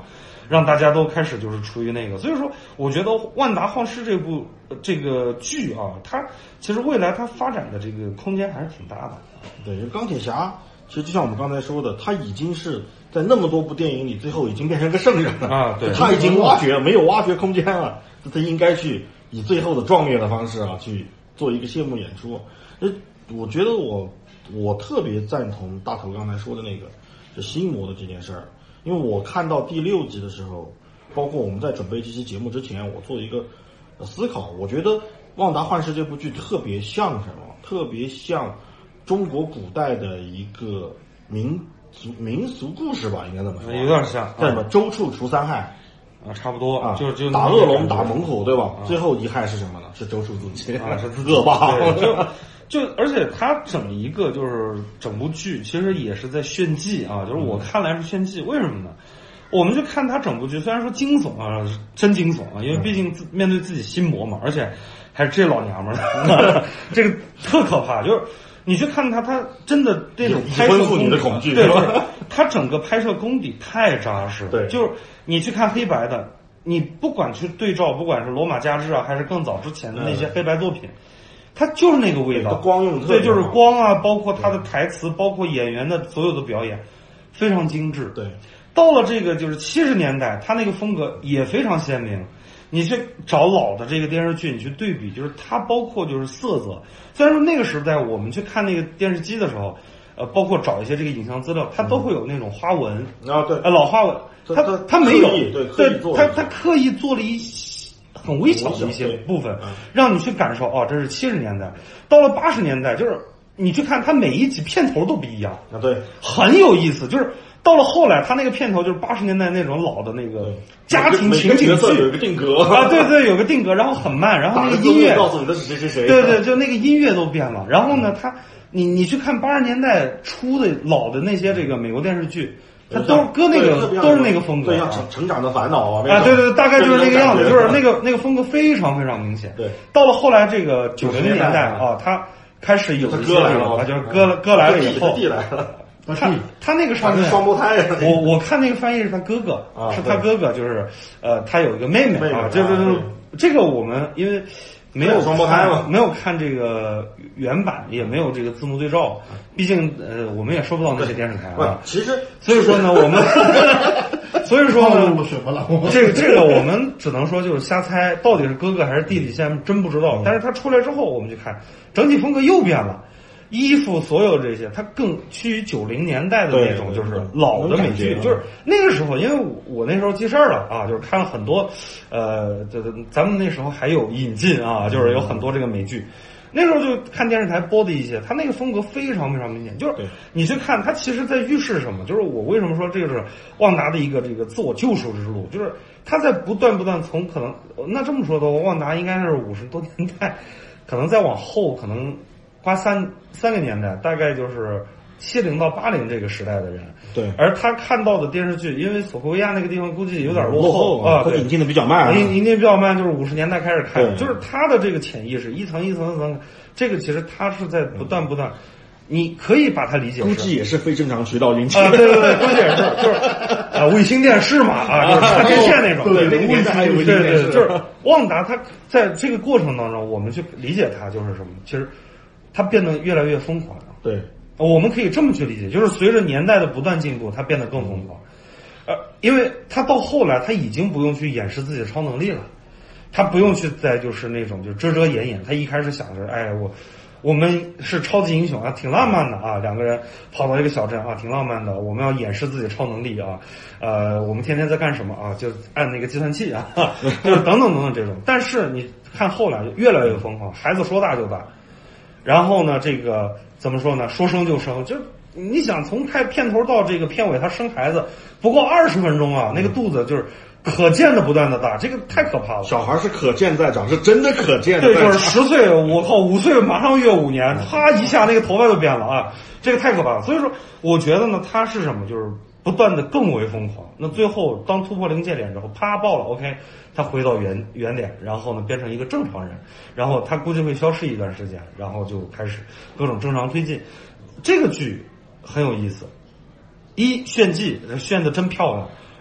让大家都开始就是处于那个。所以说，我觉得《万达幻视》这个剧啊，它其实未来它发展的这个空间还是挺大的。 对，钢铁侠其实就像我们刚才说的，他已经是在那么多部电影里，最后已经变成个圣人了啊！对， 他已经没有挖掘空间了，他应该去以最后的壮烈的方式啊，去做一个谢幕演出。我觉得我特别赞同大头刚才说的那个，就心魔的这件事儿，因为我看到第6集的时候，包括我们在准备这期节目之前，我做一个思考，我觉得《旺达幻视》这部剧特别像什么？特别像中国古代的一个民俗故事吧，应该这么说， 有点像叫什么周处除三害啊，差不多啊， 就打恶龙打猛虎，对吧？最后一害是什么呢？是周处自己啊，是恶霸。 就而且他整一个就是整部剧，其实也是在炫技啊，就是我看来是炫技，为什么呢？我们去看他整部剧，虽然说惊悚啊，真惊悚啊，因为毕竟面对自己心魔嘛，而且还是这老娘们儿，这个特可怕。就是你去看他真的那种拍摄功底， 你的恐惧， 对，就是他整个拍摄功底太扎实。 对， 就是你去看黑白的，你不管去对照，不管是罗马假日啊，还是更早之前的那些黑白作品。它就是那个味道， 光用对，就是光啊，包括他的台词，包括演员的所有的表演，非常精致。 对， 到了这个就是70年代，他那个风格也非常鲜明。你去找老的这个电视剧，你去对比，就是它包括就是色泽。虽然说那个时代我们去看那个电视机的时候，包括找一些这个影像资料，它都会有那种花纹啊，对， 老花纹，它没有， 对， 它刻意做了一很微小的一些部分，让你去感受哦，这是70年代。到了80年代，就是你去看它每一集片头都不一样啊，对， 很有意思。就是到了后来，它那个片头就是80年代那种老的那个家庭情景剧， 有一个定格啊，对，有个定格，然后很慢，然后那个音乐告诉你的是谁， 对，就那个音乐都变了。然后呢，你去看80年代初的老的那些这个美国电视剧。他都是搁那个，都是那个风格， 对，像成长的烦恼啊， 对，大概就是那个样子，就是那个风格非常非常明显。 对， 到了后来这个90年代啊，他开始有一些这个，就是哥来了以后， 弟来了， 他那个上面双胞胎， 我看那个翻译是他哥哥，是他哥哥，就是他有一个妹妹啊，就是这个我们因为。没有双胞胎嘛？ 没有看这个原版，也没有这个字幕对照，毕竟我们也收不到那些电视台啊。 其实， 所以说呢，我们所以说呢，这个我们只能说就是瞎猜，到底是哥哥还是弟弟，现在真不知道。但是他出来之后，我们去看，整体风格又变了。衣服所有这些，它更趋于90年代的那种，就是老的美剧，就是那个时候，因为我那时候记事儿了啊，就是看了很多，咱们那时候还有引进啊，就是有很多这个美剧，那时候就看电视台播的一些，它那个风格非常非常明显，就是你去看它，其实在预示什么？就是我为什么说这个是旺达的一个这个自我救赎之路，就是他在不断从可能那这么说的话，旺达应该是50多年代，可能再往后可能。花三个年代，大概就是70到80这个时代的人， 对， 而他看到的电视剧，因为索科维亚那个地方估计有点落后啊，他引进的比较慢， 引进比较慢，就是50年代开始看，就是他的这个潜意识一层一层，这个其实他是在不断，你可以把它理解， 估计也是非正常渠道引进啊，对，估计也是，就是卫星电视嘛啊，就是插天线那种， 对，那个年代还有卫星电视， 就是旺达，他在这个过程当中，我们去理解它就是什么，其实。它变得越来越疯狂了。 对， 我们可以这么去理解，就是随着年代的不断进步，它变得更疯狂。因为它到后来，它已经不用去掩饰自己的超能力了，它不用去再就是那种就遮遮掩掩。他一开始想着，哎，我们是超级英雄啊，挺浪漫的啊，两个人跑到一个小镇啊，挺浪漫的。我们要掩饰自己的超能力啊，我们天天在干什么啊？就按那个计算器啊，就是等等这种。但是你看后来就越来越疯狂，孩子说大就大。然后呢，这个怎么说呢？说生就生，就你想从片头到这个片尾，他生孩子不过20分钟啊，那个肚子就是可见的不断的大，这个太可怕了。 小孩是可见在长，是真的可见的。 对，就是10岁，我靠，5岁马上越5年，啪一下那个头发就变了啊，这个太可怕了。所以说，我觉得呢，他是什么？就是不断的更为疯狂。那最后当突破临界点之后，啪爆了 ，OK。他回到原点，然后呢变成一个正常人，然后他估计会消失一段时间，然后就开始各种正常推进。这个剧很有意思，一炫技炫得真漂亮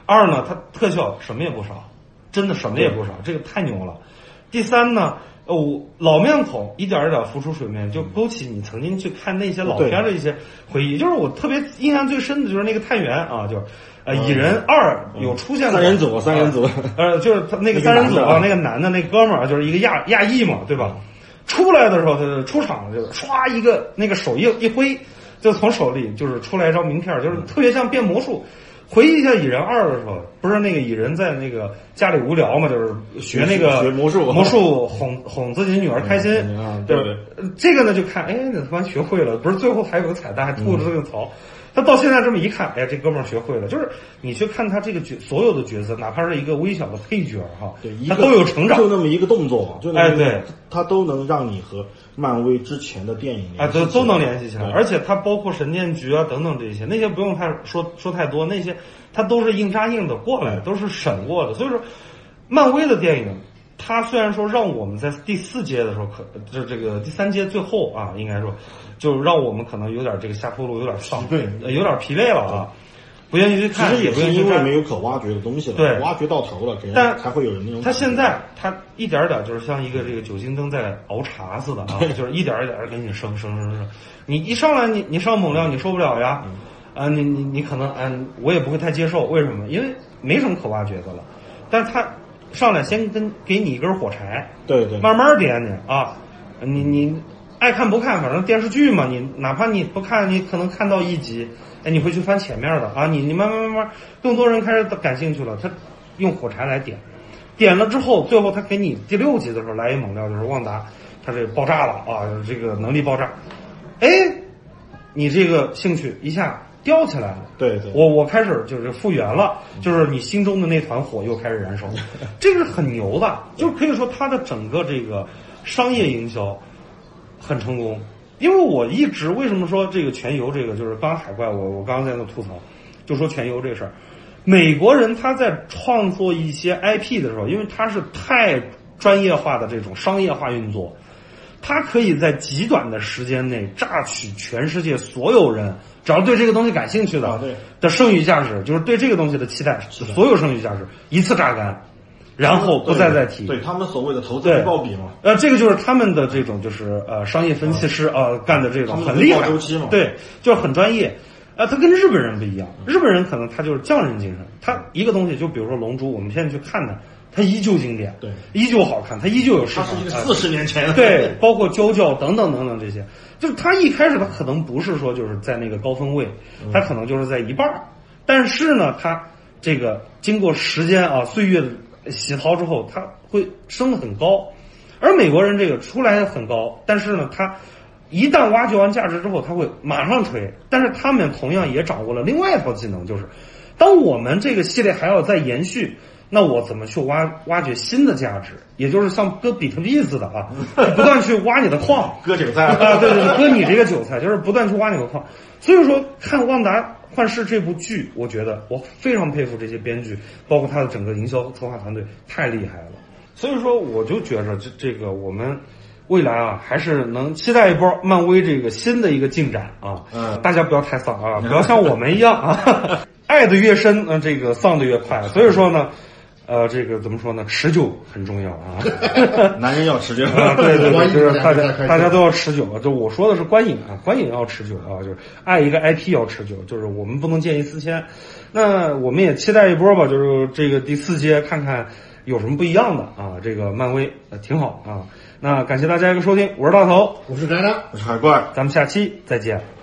2呢，它特效什么也不少，真的什么也不少，这个太牛了。第3呢，老面孔一点一点浮出水面，就勾起你曾经去看那些老片的一些回忆。就是我特别印象最深的就是那个探员啊，就是蚁人2有出现过三人组， 就是他那个3人组啊，那个男的那哥们儿就是一个亚裔嘛，对吧？出来的时候，他出场就唰一个那个手一挥，就从手里就是出来一张名片，就是特别像变魔术。回忆一下蚁人2的时候，不是那个蚁人在那个家里无聊嘛，就是学那个魔术哄自己女儿开心， 对。 这个呢就看，你他妈学会了，不是最后还有个彩蛋，还吐了这个槽。他到现在这么一看，这哥们儿学会了。就是你去看他这个所有的角色，哪怕是一个微小的配角哈， 对， 他都有成长， 就那么一个动作， 对， 他都能让你和漫威之前的电影都能联系起来。而且他包括神殿局啊等等这些，那些不用太说太多，那些他都是硬扎硬的过来，都是审过的。所以说，漫威的电影，它虽然说让我们在第4阶的时候，就这个第3阶最后啊，应该说，就让我们可能有点这个下坡路，有点丧，有点疲累了啊，不愿意去看。 其实也是因为没有可挖掘的东西了， 对， 挖掘到头了， 但才会有人那种。 他现在他一点点就是像一个这个酒精灯在熬茶似的啊，就是一点一点给你升。你一上来你上猛料你受不了呀，你可能我也不会太接受，为什么？因为没什么可挖掘的了，但他上来先给你一根火柴， 对， 慢慢点啊，你爱看不看，反正电视剧嘛，你哪怕你不看，你可能看到1集，你会去翻前面的啊，你慢慢，更多人开始感兴趣了，他用火柴来点了之后，最后他给你第6集的时候来一猛料，就是旺达他这爆炸了啊，这个能力爆炸，你这个兴趣一下吊起来了， 对， 我开始就是复原了，就是你心中的那团火又开始燃烧，这个是很牛的，就可以说它的整个这个商业营销很成功。因为我一直为什么说这个全游这个就是刚海怪，我刚刚在那吐槽，就说全游这事儿，美国人他在创作一些 IP 的时候，因为他是太专业化的这种商业化运作，他可以在极短的时间内榨取全世界所有人只要对这个东西感兴趣的剩余价值，就是对这个东西的期待，所有剩余价值一次榨干，然后不再提。 对他们所谓的投资回报比嘛， 这个就是他们的这种就是商业分析师干的这种很厉害，对，就是很专业。他跟日本人不一样，日本人可能他就是匠人精神，他一个东西就比如说龙珠，我们现在去看它依旧经典， 对， 依旧好看，它依旧有市场。 它是一个40年前， 对，包括啾啾等等这些，就是它一开始它可能不是说就是在那个高分位，它可能就是在一半，但是呢，它这个经过时间岁月的洗淘之后，它会升得很高。而美国人这个出来很高，但是呢，他一旦挖掘完价值之后，他会马上吹。但是他们同样也掌握了另外一套技能，就是当我们这个系列还要再延续，那我怎么去挖掘新的价值？也就是像割比特币似的不断去挖你的矿， 割韭菜对，割你这个韭菜，就是不断去挖你的矿。所以说，看《旺达幻视》这部剧，我觉得我非常佩服这些编剧，包括他的整个营销和策划团队，太厉害了。所以说，我就觉着这个我们未来还是能期待一波漫威这个新的一个进展大家不要太丧不要像我们一样爱的越深，这个丧的越快。所以说呢，这个怎么说呢？持久很重要男人要持久对，就是大家都要持久就我说的是观影观影要持久就是爱一个 IP 要持久，就是我们不能见异思迁。那我们也期待一波吧，就是这个第4阶看看有什么不一样的这个漫威挺好那感谢大家一个收听，我是大头， 我是宅长， 我是海怪， 咱们下期再见。